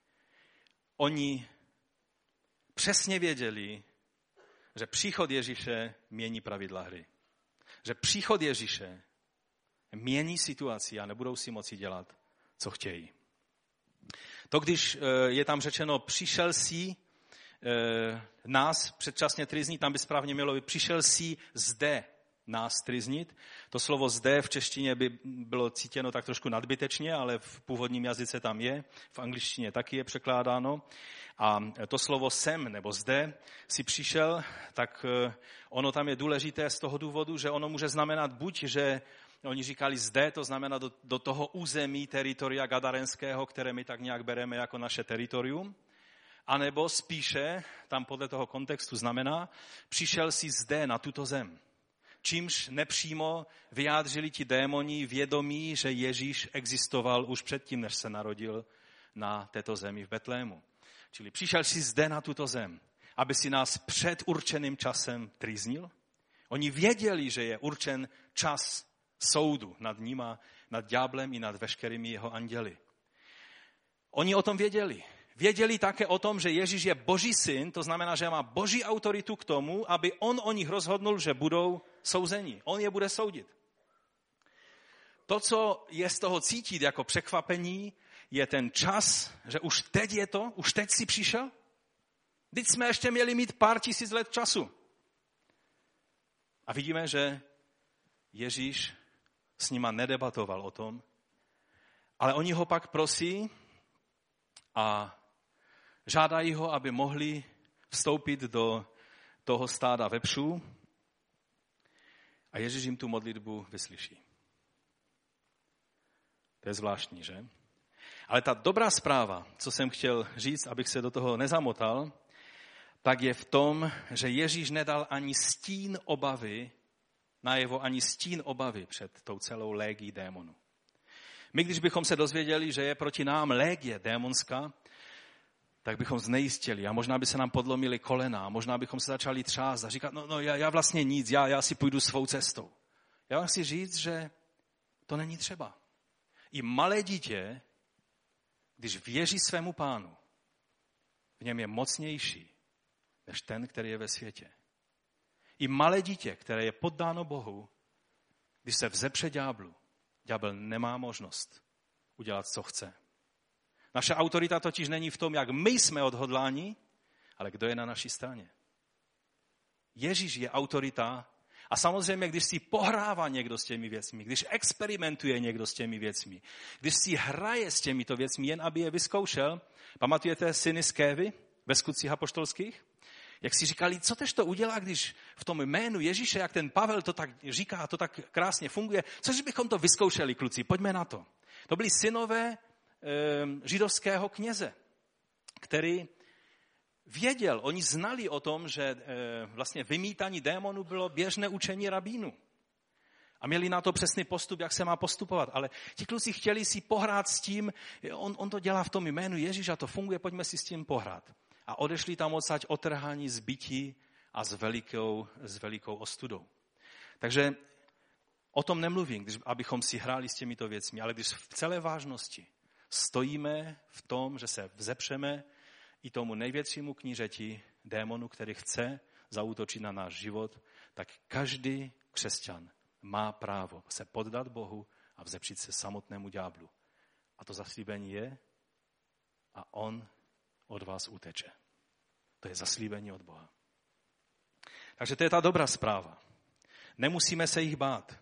Oni přesně věděli, že příchod Ježíše mění pravidla hry. Že příchod Ježíše mění situaci a nebudou si moci dělat, co chtějí. To, když je tam řečeno, přišel si nás předčasně trýznit, tam by správně mělo být, přišel si zde nás trýznit. To slovo zde v češtině by bylo cítěno tak trošku nadbytečně, ale v původním jazyce tam je, v angličtině taky je překládáno. A to slovo sem nebo zde si přišel, tak ono tam je důležité z toho důvodu, že ono může znamenat buď, že oni říkali zde, to znamená do, do toho území teritoria gadarenského, které my tak nějak bereme jako naše teritorium, anebo spíše, tam podle toho kontextu znamená, přišel si zde na tuto zem. Čímž nepřímo vyjádřili ti démoni vědomí, že Ježíš existoval už předtím, než se narodil na této zemi v Betlému. Čili přišel si zde na tuto zem, aby si nás před určeným časem trýznil. Oni věděli, že je určen čas soudu nad nima, nad ďáblem i nad veškerými jeho anděli. Oni o tom věděli. Věděli také o tom, že Ježíš je Boží syn, to znamená, že má Boží autoritu k tomu, aby on o nich rozhodnul, že budou souzeni. On je bude soudit. To, co je z toho cítit jako překvapení, je ten čas, že už teď je to, už teď si přišel. Teď jsme ještě měli mít pár tisíc let času. A vidíme, že Ježíš s nima nedebatoval o tom, ale oni ho pak prosí a žádají ho, aby mohli vstoupit do toho stáda vepřů a Ježíš jim tu modlitbu vyslyší. To je zvláštní, že? Ale ta dobrá zpráva, co jsem chtěl říct, abych se do toho nezamotal, tak je v tom, že Ježíš nedal ani stín obavy, najevo ani stín obavy před tou celou légií démonů. My, když bychom se dozvěděli, že je proti nám légie démonská, tak bychom znejistili a možná by se nám podlomily kolena, možná bychom se začali třást a říkat, no, no já, já vlastně nic, já, já si půjdu svou cestou. Já vám chci říct, že to není třeba. I malé dítě, když věří svému pánu, v něm je mocnější než ten, který je ve světě. I malé dítě, které je poddáno Bohu, když se vzepře ďáblu, ďábel nemá možnost udělat, co chce. Naše autorita totiž není v tom, jak my jsme odhodláni, ale kdo je na naší straně. Ježíš je autorita a samozřejmě, když si pohrává někdo s těmi věcmi, když experimentuje někdo s těmi věcmi, když si hraje s těmito věcmi, jen aby je vyzkoušel, pamatujete syny z Kévy ve Skutcích apoštolských? Jak si říkali, co tež to udělá, když v tom jménu Ježíše, jak ten Pavel to tak říká, to tak krásně funguje, což bychom to vyzkoušeli, kluci, pojďme na to. To byli synové e, židovského kněze, který věděl, oni znali o tom, že e, vlastně vymítání démonů bylo běžné učení rabínů. A měli na to přesný postup, jak se má postupovat. Ale ti kluci chtěli si pohrát s tím, on, on to dělá v tom jménu Ježíš a to funguje, pojďme si s tím pohrát. A odešli tam odsaď otrhání, zbytí a s velikou, s velikou ostudou. Takže o tom nemluvím, když, abychom si hráli s těmito věcmi, ale když v celé vážnosti stojíme v tom, že se vzepřeme i tomu největšímu knířeti, démonu, který chce zaútočit na náš život, tak každý křesťan má právo se poddat Bohu a vzepřít se samotnému ďáblu. A to zaslíbení je a on od vás uteče. To je zaslíbení od Boha. Takže to je ta dobrá zpráva. Nemusíme se jich bát.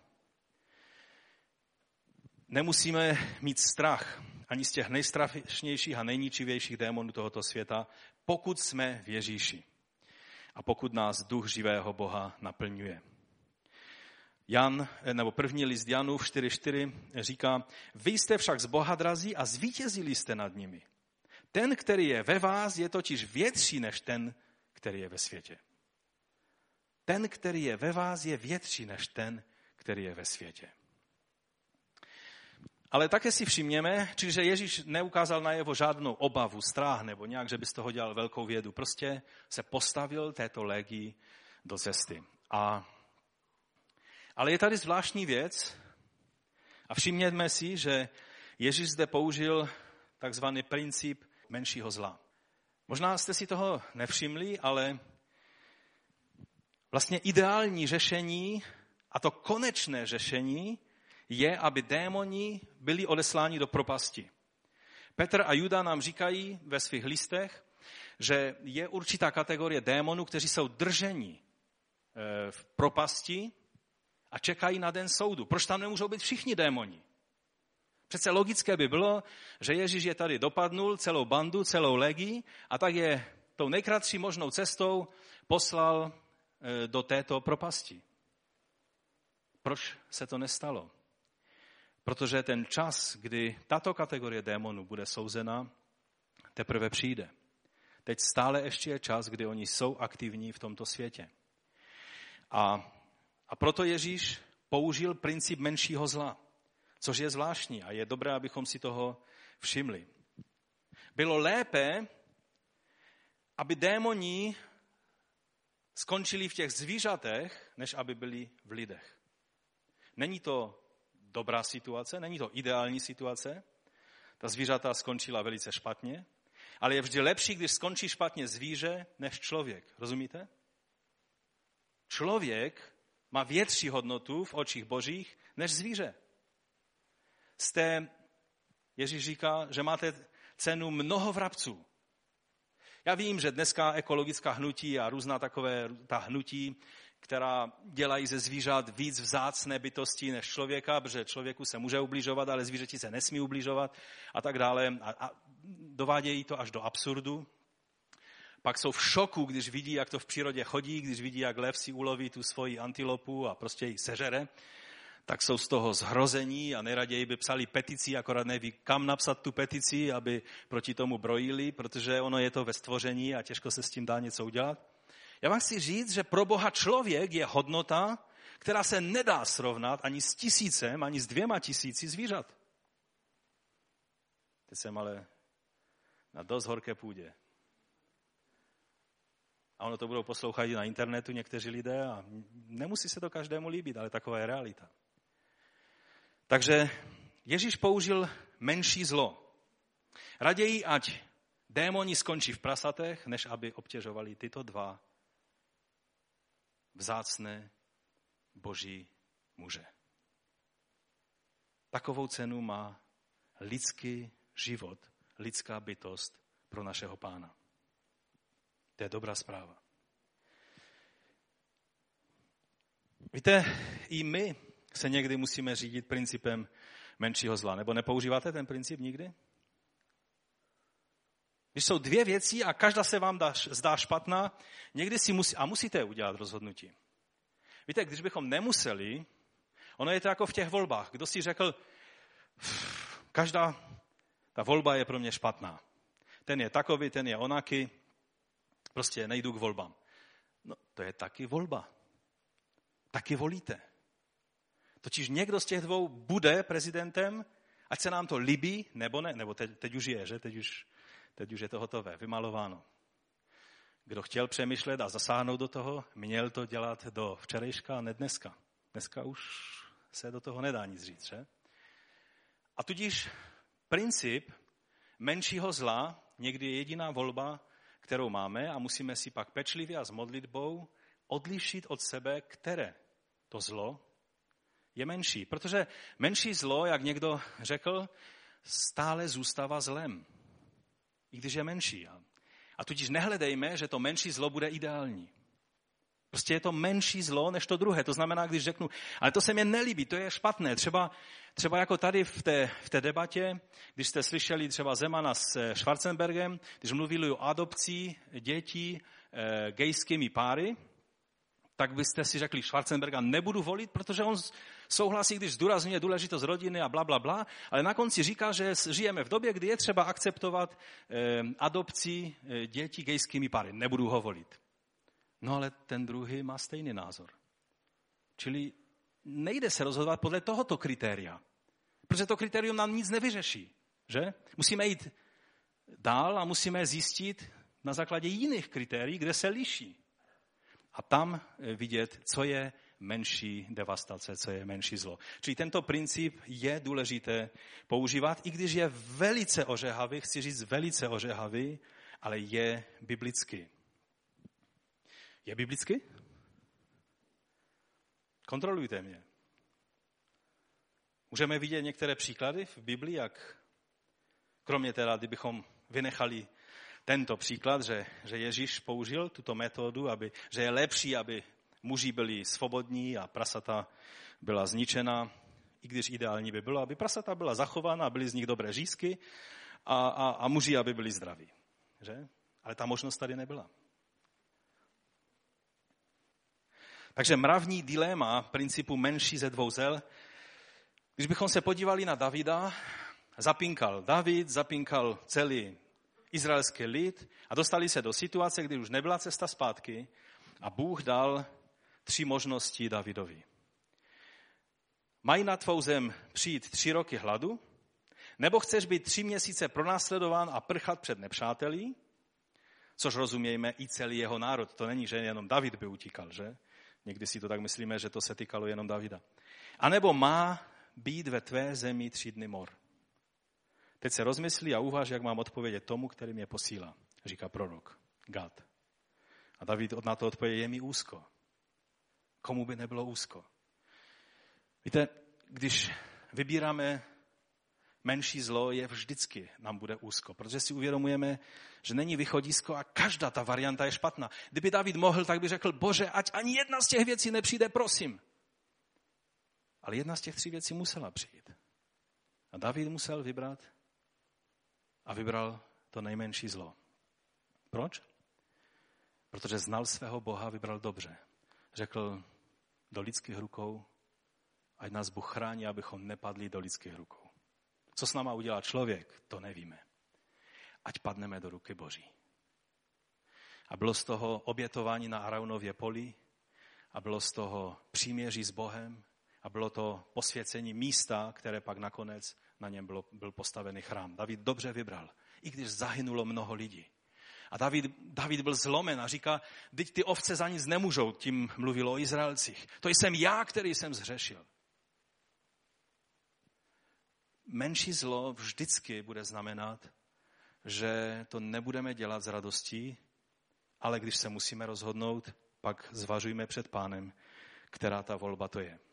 Nemusíme mít strach ani z těch nejstrašnějších a nejničivějších démonů tohoto světa, pokud jsme v Ježíši a pokud nás duch živého Boha naplňuje. Jan, nebo první list Janův čtyři čtyři říká, vy jste však z Boha drazí a zvítězili jste nad nimi. Ten, který je ve vás, je totiž větší než ten, který je ve světě. Ten, který je ve vás, je větší než ten, který je ve světě. Ale také si všimněme, čiže Ježíš neukázal najevo žádnou obavu, strach nebo nějak, že by z toho dělal velkou vědu. Prostě se postavil této légii do cesty. A, ale je tady zvláštní věc a všimněme si, že Ježíš zde použil takzvaný princip menšího zla. Možná jste si toho nevšimli, ale vlastně ideální řešení a to konečné řešení je, aby démoni byli odesláni do propasti. Petr a Juda nám říkají ve svých listech, že je určitá kategorie démonů, kteří jsou drženi v propasti a čekají na den soudu. Proč tam nemůžou být všichni démoni? Přece logické by bylo, že Ježíš je tady dopadnul, celou bandu, celou legii, a tak je tou nejkratší možnou cestou poslal do této propasti. Proč se to nestalo? Protože ten čas, kdy tato kategorie démonů bude souzena, teprve přijde. Teď stále ještě je čas, kdy oni jsou aktivní v tomto světě. A, a proto Ježíš použil princip menšího zla, což je zvláštní a je dobré, abychom si toho všimli. Bylo lépe, aby démoni skončili v těch zvířatech, než aby byli v lidech. Není to dobrá situace, není to ideální situace. Ta zvířata skončila velice špatně, ale je vždy lepší, když skončí špatně zvíře, než člověk. Rozumíte? Člověk má větší hodnotu v očích božích, než zvíře. Jste, Ježíš říká, že máte cenu mnoho vrabců. Já vím, že dneska ekologická hnutí a různá takové ta hnutí, která dělají ze zvířat víc vzácné bytosti než člověka, protože člověku se může ubližovat, ale zvířeti se nesmí ubližovat a tak dále. A, a dovádějí to až do absurdu. Pak jsou v šoku, když vidí, jak to v přírodě chodí, když vidí, jak lev si uloví tu svoji antilopu a prostě ji sežere, tak jsou z toho zhrození a nejraději by psali petici, akorát neví, kam napsat tu petici, aby proti tomu brojili, protože ono je to ve stvoření a těžko se s tím dá něco udělat. Já vám chci říct, že pro Boha člověk je hodnota, která se nedá srovnat ani s tisícem, ani s dvěma tisíci zvířat. Teď jsem ale na dost horké půdě. A ono to budou poslouchat i na internetu někteří lidé a nemusí se to každému líbit, ale taková je realita. Takže Ježíš použil menší zlo. Raději, ať démoni skončí v prasatech, než aby obtěžovali tyto dva vzácné boží muže. Takovou cenu má lidský život, lidská bytost pro našeho Pána. To je dobrá zpráva. Víte, i my se někdy musíme řídit principem menšího zla. Nebo nepoužíváte ten princip nikdy? Když jsou dvě věci a každá se vám dá, zdá špatná, někdy si musí, a musíte udělat rozhodnutí. Víte, když bychom nemuseli, ono je to jako v těch volbách. Kdo si řekl, každá ta volba je pro mě špatná. Ten je takový, ten je onaký, prostě nejdu k volbám. No, to je taky volba. Taky volíte. Totiž někdo z těch dvou bude prezidentem, ať se nám to líbí, nebo ne, nebo teď, teď už je, že? Teď už, teď už je to hotové, vymalováno. Kdo chtěl přemýšlet a zasáhnout do toho, měl to dělat do včerejška a ne dneska. Dneska už se do toho nedá nic říct, že? A tudíž princip menšího zla někdy je jediná volba, kterou máme a musíme si pak pečlivě a s modlitbou odlišit od sebe, které to zlo je menší. Protože menší zlo, jak někdo řekl, stále zůstává zlem. I když je menší. A tudíž nehledejme, že to menší zlo bude ideální. Prostě je to menší zlo než to druhé. To znamená, když řeknu, ale to se mi nelíbí, to je špatné. Třeba, třeba jako tady v té, v té debatě, když jste slyšeli třeba Zemana s Schwarzenbergem, když mluvili o adopci dětí e, gejskými páry, tak byste si řekli, Schwarzenberga nebudu volit, protože on souhlasí, když zdůrazňuje důležitost rodiny a bla, bla, bla, ale na konci říká, že žijeme v době, kdy je třeba akceptovat e, adopci e, dětí gejskými páry. Nebudu ho volit. No ale ten druhý má stejný názor. Čili nejde se rozhodovat podle tohoto kritéria. Protože to kritérium nám nic nevyřeší. Že? Musíme jít dál a musíme zjistit na základě jiných kritérií, kde se liší. A tam vidět, co je menší devastace, co je menší zlo. Čili tento princip je důležité používat, i když je velice ožehavý, chci říct velice ožehavý, ale je biblický. Je biblicky? Kontrolujte mě. Můžeme vidět některé příklady v Biblii, jak kromě teda, kdybychom vynechali tento příklad, že, že Ježíš použil tuto metodu, aby, že je lepší, aby muži byli svobodní a prasata byla zničena, i když ideální by bylo, aby prasata byla zachována a byly z nich dobré řízky a, a, a muži, aby byli zdraví. Že? Ale ta možnost tady nebyla. Takže mravní dilema principu menší ze dvou zel. Když bychom se podívali na Davida, zapinkal David, zapinkal celý izraelský lid a dostali se do situace, kdy už nebyla cesta zpátky a Bůh dal tři možnosti Davidovi. Mají na tvou zem přijít tři roky hladu, nebo chceš být tři měsíce pronásledován a prchat před nepřátelí, což rozumějme i celý jeho národ. To není, že jenom David by utíkal, že? Někdy si to tak myslíme, že to se týkalo jenom Davida. A nebo má být ve tvé zemi tři dny mor. Teď se rozmyslí a uvaž, jak mám odpovědět tomu, který mě posílá, říká prorok Gad. A David na to odpovědět, je mi úzko. Komu by nebylo úzko? Víte, když vybíráme menší zlo, je vždycky nám bude úzko, protože si uvědomujeme, že není východisko a každá ta varianta je špatná. Kdyby David mohl, tak by řekl, Bože, ať ani jedna z těch věcí nepřijde, prosím. Ale jedna z těch tří věcí musela přijít. A David musel vybrat a vybral to nejmenší zlo. Proč? Protože znal svého Boha, vybral dobře. Řekl do lidských rukou, ať nás Bůh chrání, abychom nepadli do lidských rukou. Co s náma udělá člověk, to nevíme. Ať padneme do ruky Boží. A bylo z toho obětování na Araunově poli, a bylo z toho příměří s Bohem, a bylo to posvěcení místa, které pak nakonec na něm bylo, byl postavený chrám. David dobře vybral, i když zahynulo mnoho lidí. A David, David byl zlomen a říká, teď ty ovce za nic nemůžou, tím mluvilo o Izraelcích. To jsem já, který jsem zhřešil. Menší zlo vždycky bude znamenat, že to nebudeme dělat s radostí, ale když se musíme rozhodnout, pak zvažujme před Pánem, která ta volba to je.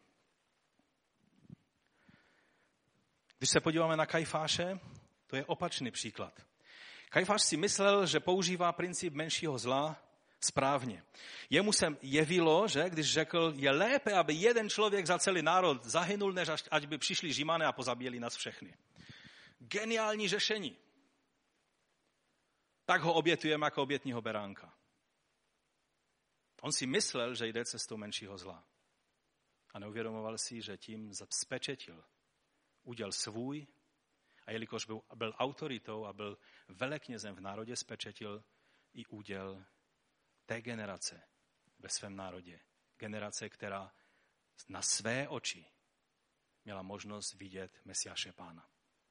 Když se podíváme na Kajfáše, to je opačný příklad. Kajfáš si myslel, že používá princip menšího zla správně. Jemu se jevilo, že když řekl, je lépe, aby jeden člověk za celý národ zahynul, než ať by přišli Římané a pozabíjeli nás všechny. Geniální řešení. Tak ho obětujeme jako obětního beránka. On si myslel, že jde cestou menšího zla. A neuvědomoval si, že tím spečetil uděl svůj a jelikož byl, byl autoritou a byl veleknězem v národě, spečetil i úděl té generace ve svém národě. Generace, která na své oči měla možnost vidět Mesiáše Pána.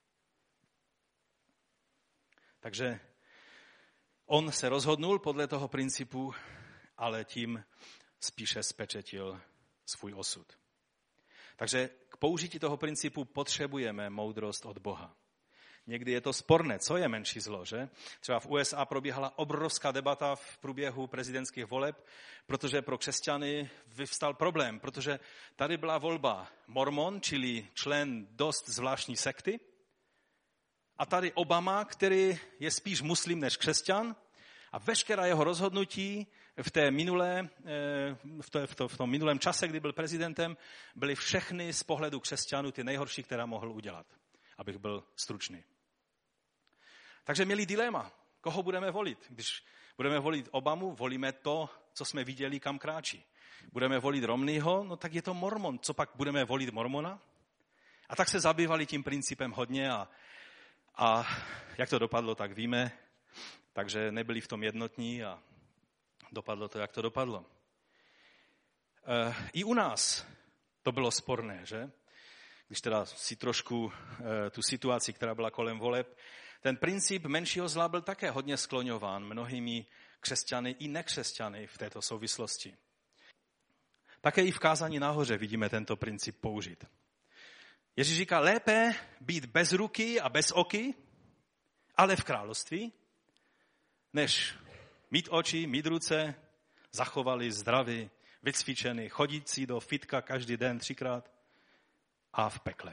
Takže on se rozhodnul podle toho principu, ale tím spíše spečetil svůj osud. Takže k použití toho principu potřebujeme moudrost od Boha. někdy je to sporné, co je menší zlo, že? Třeba v U S A probíhala obrovská debata v průběhu prezidentských voleb, protože pro křesťany vyvstal problém, protože tady byla volba mormon, čili člen dost zvláštní sekty, a tady Obama, který je spíš muslim než křesťan, a veškerá jeho rozhodnutí v, té minulé, v, to, v, to, v tom minulém čase, kdy byl prezidentem, byly všechny z pohledu křesťanů ty nejhorší, která mohl udělat, abych byl stručný. Takže měli dilema, koho budeme volit. Když budeme volit Obamu, volíme to, co jsme viděli, kam kráčí. Budeme volit Romneyho, no tak je to mormon. Co pak budeme volit mormona? A tak se zabývali tím principem hodně a, a jak to dopadlo, tak víme. Takže nebyli v tom jednotní a dopadlo to, jak to dopadlo. E, I u nás to bylo sporné, že? Když teda si trošku e, tu situaci, která byla kolem voleb, ten princip menšího zla byl také hodně skloňován mnohými křesťany i nekřesťany v této souvislosti. Také i v kázání nahoře vidíme tento princip použít. Ježíš říká, lépe být bez ruky a bez oky, ale v království, než mít oči, mít ruce, zachovali zdraví, vycvičený, chodící do fitka každý den třikrát a v pekle.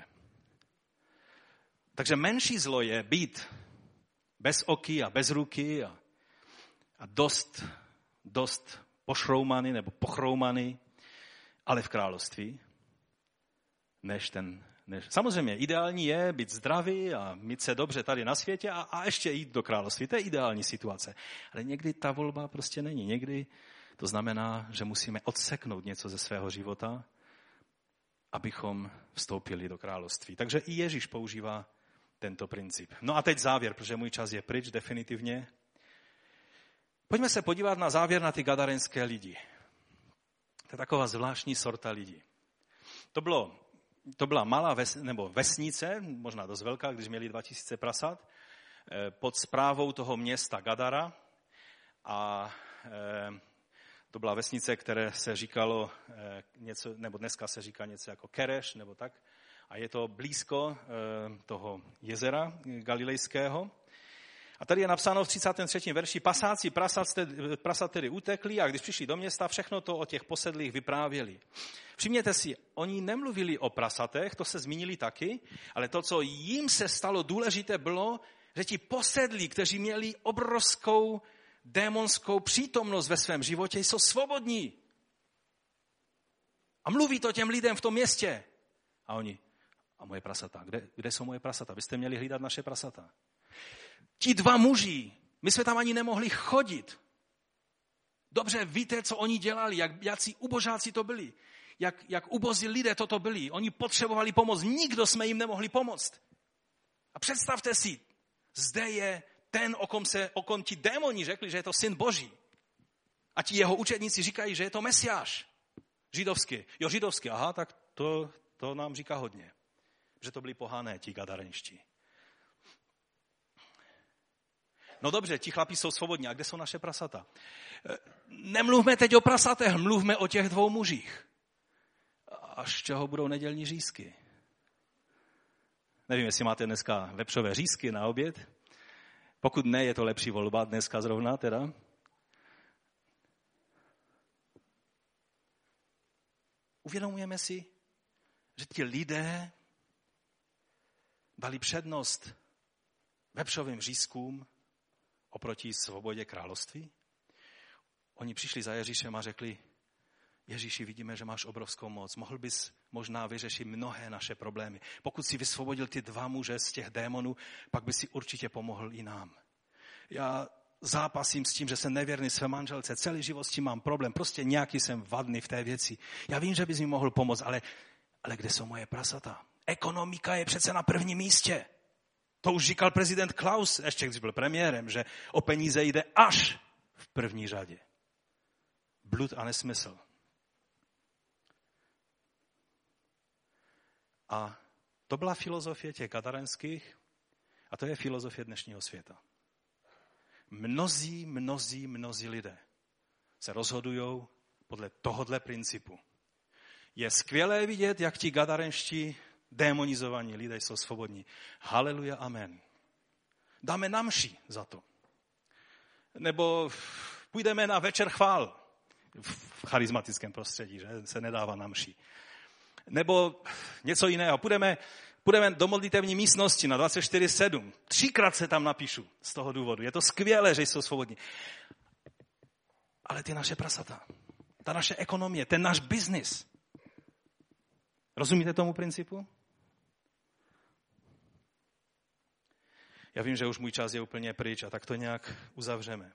Takže menší zlo je být bez oky a bez ruky a, a dost, dost pošroumaný nebo pochroumaný, ale v království, než ten... Než... Samozřejmě, ideální je být zdravý a mít se dobře tady na světě a, a ještě jít do království. To je ideální situace. Ale někdy ta volba prostě není. Někdy to znamená, že musíme odseknout něco ze svého života, abychom vstoupili do království. Takže i Ježíš používá tento princip. No a teď závěr, protože můj čas je pryč definitivně. Pojďme se podívat na závěr na ty gadarenské lidi. To je taková zvláštní sorta lidí. To, bylo, to byla malá ves, nebo vesnice, možná dost velká, když měli dva tisíce prasat, pod správou toho města Gadara. A to byla vesnice, které se říkalo něco, nebo dneska se říká něco jako Kereš, nebo tak. A je to blízko toho jezera galilejského. A tady je napsáno v třicátém třetím verši, pasáci prasat tedy utekli a když přišli do města, všechno to o těch posedlých vyprávěli. Všimněte si, oni nemluvili o prasatech, to se zmínili taky, ale to, co jim se stalo důležité, bylo, že ti posedlí, kteří měli obrovskou démonskou přítomnost ve svém životě, jsou svobodní. A mluví to těm lidem v tom městě. A oni, a moje prasata, kde, kde jsou moje prasata? Vy jste měli hlídat naše prasata. Ti dva muži, my jsme tam ani nemohli chodit. Dobře víte, co oni dělali, jak jací ubožáci to byli, jak, jak ubozí lidé toto byli. Oni potřebovali pomoc, nikdo jsme jim nemohli pomoct. A představte si, zde je ten, o kom, se, o kom ti démoni řekli, že je to syn Boží. A ti jeho učedníci říkají, že je to Mesiáš. Židovský. Jo, židovský, aha, tak to, to nám říká hodně. Že to byli pohané, ti gadarenští. No dobře, ti chlapí jsou svobodní. A kde jsou naše prasata? Nemluvme teď o prasatech, mluvme o těch dvou mužích. Až čeho budou nedělní řízky? Nevím, jestli máte dneska vepřové řízky na oběd. Pokud ne, je to lepší volba dneska zrovna teda. Uvědomujeme si, že ti lidé dali přednost vepřovým řízkům oproti svobodě království? Oni přišli za Ježíšem a řekli, Ježíši, vidíme, že máš obrovskou moc. Mohl bys možná vyřešit mnohé naše problémy. Pokud si vysvobodil ty dva muže z těch démonů, pak by si určitě pomohl i nám. Já zápasím s tím, že jsem nevěrný své manželce. Celý život s tím mám problém. Prostě nějaký jsem vadný v té věci. Já vím, že bys mi mohl pomoct, ale, ale kde jsou moje prasata? Ekonomika je přece na prvním místě. To už říkal prezident Klaus, ještě když byl premiérem, že o peníze jde až v první řadě. Blud a nesmysl. A to byla filozofie těch gadarenských a to je filozofie dnešního světa. Mnozí, mnozí, mnozí lidé se rozhodují podle tohohle principu. Je skvělé vidět, jak ti gadarenští démonizovaní lidé jsou svobodní. Haleluja, amen. dáme na mši za to. Nebo půjdeme na večer chvál v charismatickém prostředí, že se nedává na mši. Nebo něco jiného. Půjdeme, půjdeme do modlitevní místnosti na dvacet čtyři sedm. Třikrát se tam napíšu z toho důvodu. Je to skvělé, že jsou svobodní. Ale ty naše prasata, ta naše ekonomie, ten náš biznis. Rozumíte tomu principu? Já vím, že už můj čas je úplně pryč a tak to nějak uzavřeme.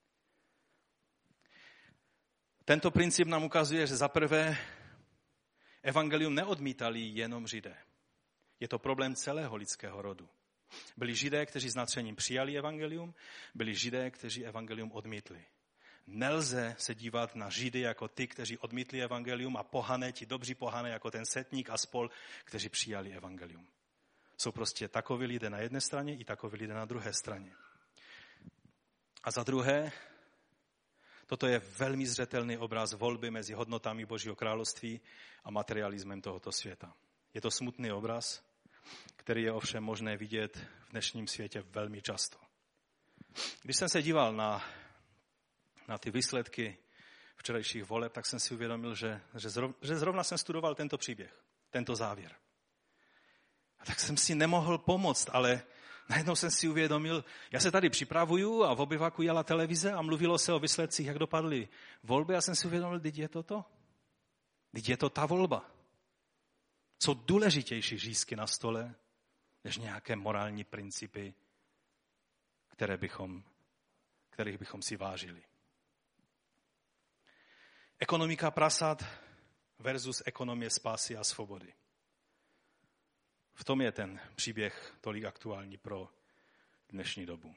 Tento princip nám ukazuje, že zaprvé evangelium neodmítali jenom Židé. Je to problém celého lidského rodu. Byli Židé, kteří s nadšením přijali evangelium, byli Židé, kteří evangelium odmítli. Nelze se dívat na Židy jako ty, kteří odmítli evangelium a pohané, ti dobří pohané jako ten setník a spol, kteří přijali evangelium. Jsou prostě takoví lidé na jedné straně i takoví lidé na druhé straně. A za druhé, toto je velmi zřetelný obraz volby mezi hodnotami Božího království a materialismem tohoto světa. Je to smutný obraz, který je ovšem možné vidět v dnešním světě velmi často. Když jsem se díval na, na ty výsledky včerejších voleb, tak jsem si uvědomil, že, že, zrovna, že zrovna jsem studoval tento příběh, tento závěr. A tak jsem si nemohl pomoct, ale najednou jsem si uvědomil, já se tady připravuju a v obyvaku jela televize a mluvilo se o výsledcích, jak dopadly volby. Já jsem si uvědomil, teď je to to. Teď je to ta volba. Jsou důležitější řízky na stole, než nějaké morální principy, které bychom, kterých bychom si vážili. Ekonomika prasat versus ekonomie spásy a svobody. V tom je ten příběh tolik aktuální pro dnešní dobu.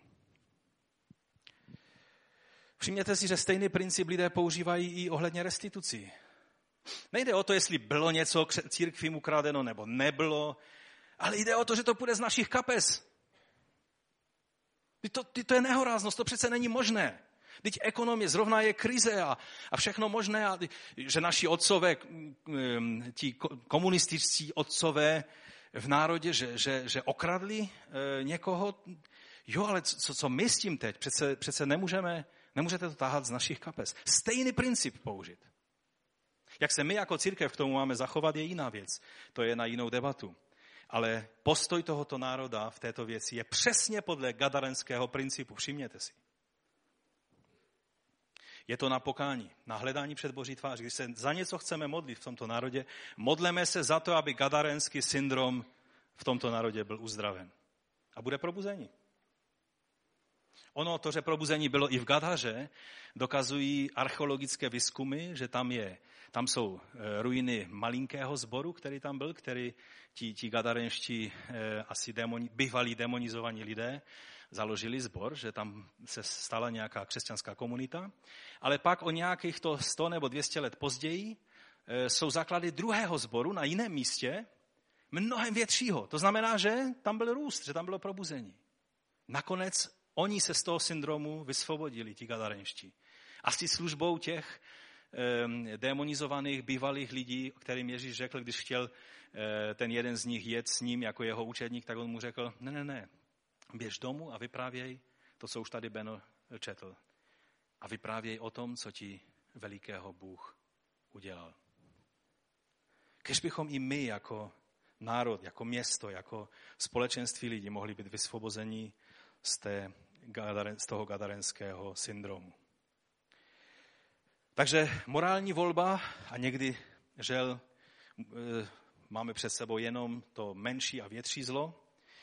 Všimněte si, že stejný princip lidé používají i ohledně restitucí. Nejde o to, jestli bylo něco církvím ukradeno nebo nebylo, ale jde o to, že to půjde z našich kapes. To, to je nehoráznost, to přece není možné. Teď ekonomie, zrovna je krize a, a všechno možné, a, že naši otcové, ti komunističtí otcové v národě, že, že, že okradli e, někoho. Jo, ale co, co my s tím teď? Přece, přece nemůžeme, nemůžete to tahat z našich kapes. Stejný princip použít. Jak se my jako církev k tomu máme zachovat, je jiná věc. To je na jinou debatu. Ale postoj tohoto národa v této věci je přesně podle gadarenského principu. Všimněte si. Je to na pokání, na hledání před Boží tváří. Když se za něco chceme modlit v tomto národě, modleme se za to, aby gadarenský syndrom v tomto národě byl uzdraven. A bude probuzení. Ono, to, že probuzení bylo i v Gadaře, dokazují archeologické výzkumy, že tam, je, tam jsou ruiny malinkého sboru, který tam byl, který ti, ti gadarenští eh, asi demoni, bývalí demonizovaní lidé založili sbor, že tam se stala nějaká křesťanská komunita. Ale pak o nějakých to sto nebo dvě stě let později eh, jsou základy druhého sboru na jiném místě, mnohem většího. To znamená, že tam byl růst, že tam bylo probuzení. Nakonec oni se z toho syndromu vysvobodili, ti gadarenští. Asi službou těch eh, demonizovaných bývalých lidí, kterým Ježíš řekl, když chtěl eh, ten jeden z nich jet s ním jako jeho učedník, tak on mu řekl, ne, ne, ne, běž domů a vyprávěj to, co už tady Beno četl. A vyprávěj o tom, co ti velikého Bůh udělal. Kež bychom i my jako národ, jako město, jako společenství lidí mohli být vysvobozeni z, té, z toho gadarenského syndromu. Takže morální volba a někdy, žel, máme před sebou jenom to menší a větší zlo.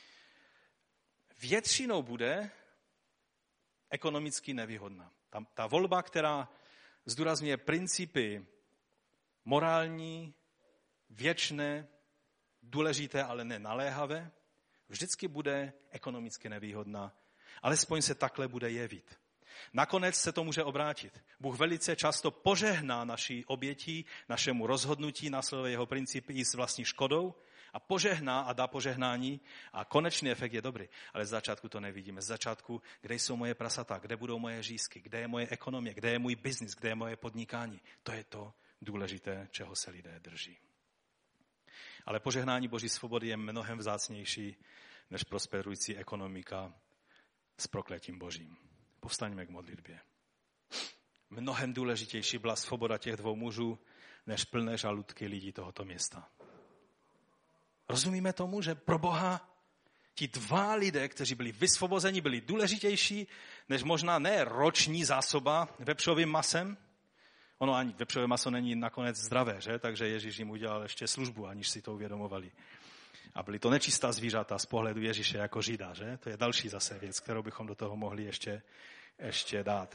Většinou bude ekonomicky nevýhodná. Ta, ta volba, která zdůrazňuje principy morální, věčné, důležité, ale ne naléhavé, vždycky bude ekonomicky nevýhodná. Alespoň se takhle bude jevit. Nakonec se to může obrátit. Bůh velice často požehná naší obětí, našemu rozhodnutí, následuje jeho principy i s vlastní škodou a požehná a dá požehnání a konečný efekt je dobrý. Ale z začátku to nevidíme. Z začátku, kde jsou moje prasata, kde budou moje řízky, kde je moje ekonomie, kde je můj biznis, kde je moje podnikání. To je to důležité, čeho se lidé drží. Ale požehnání Boží svobody je mnohem vzácnější než prosperující ekonomika s prokletím Božím. Povstaňme k modlitbě. Mnohem důležitější byla svoboda těch dvou mužů, než plné žaludky lidí tohoto města. Rozumíme tomu, že pro Boha ti dva lidé, kteří byli vysvobozeni, byli důležitější, než možná ne roční zásoba vepřovým masem? Ono ani vepřové maso není nakonec zdravé, že? Takže Ježíš jim udělal ještě službu, aniž si to uvědomovali. A byly to nečistá zvířata z pohledu Ježíše jako Žida, že? To je další zase věc, kterou bychom do toho mohli ještě, ještě dát.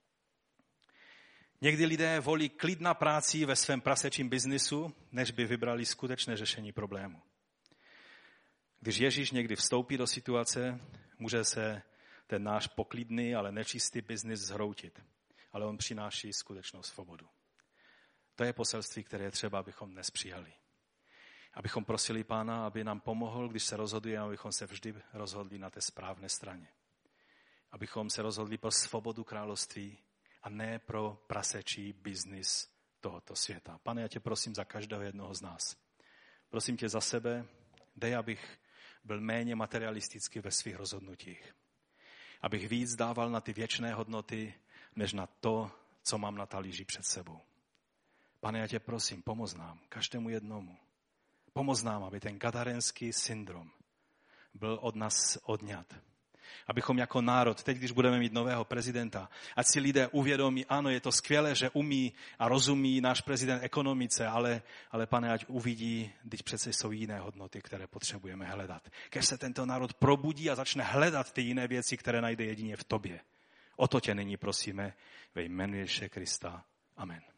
Někdy lidé volí klid na práci ve svém prasečím biznisu, než by vybrali skutečné řešení problému. Když Ježíš někdy vstoupí do situace, může se ten náš poklidný, ale nečistý biznis zhroutit. Ale on přináší skutečnou svobodu. To je poselství, které je třeba, abychom dnes přijali. Abychom prosili Pána, aby nám pomohl, když se rozhodujeme, abychom se vždy rozhodli na té správné straně. Abychom se rozhodli pro svobodu království a ne pro prasečí biznis tohoto světa. Pane, já tě prosím za každého jednoho z nás. Prosím tě za sebe, dej, abych byl méně materialistický ve svých rozhodnutích. Abych víc dával na ty věčné hodnoty, než na to, co mám na talíři před sebou. Pane, já tě prosím, pomoz nám, každému jednomu. Pomoz nám, aby ten gadarenský syndrom byl od nás odňat. Abychom jako národ, teď, když budeme mít nového prezidenta, ať si lidé uvědomí, ano, je to skvělé, že umí a rozumí náš prezident ekonomice, ale, ale pane, ať uvidí, teď přece jsou jiné hodnoty, které potřebujeme hledat. Kež se tento národ probudí a začne hledat ty jiné věci, které najde jedině v tobě. O to tě nyní prosíme ve jménu Ježíše Krista. Amen.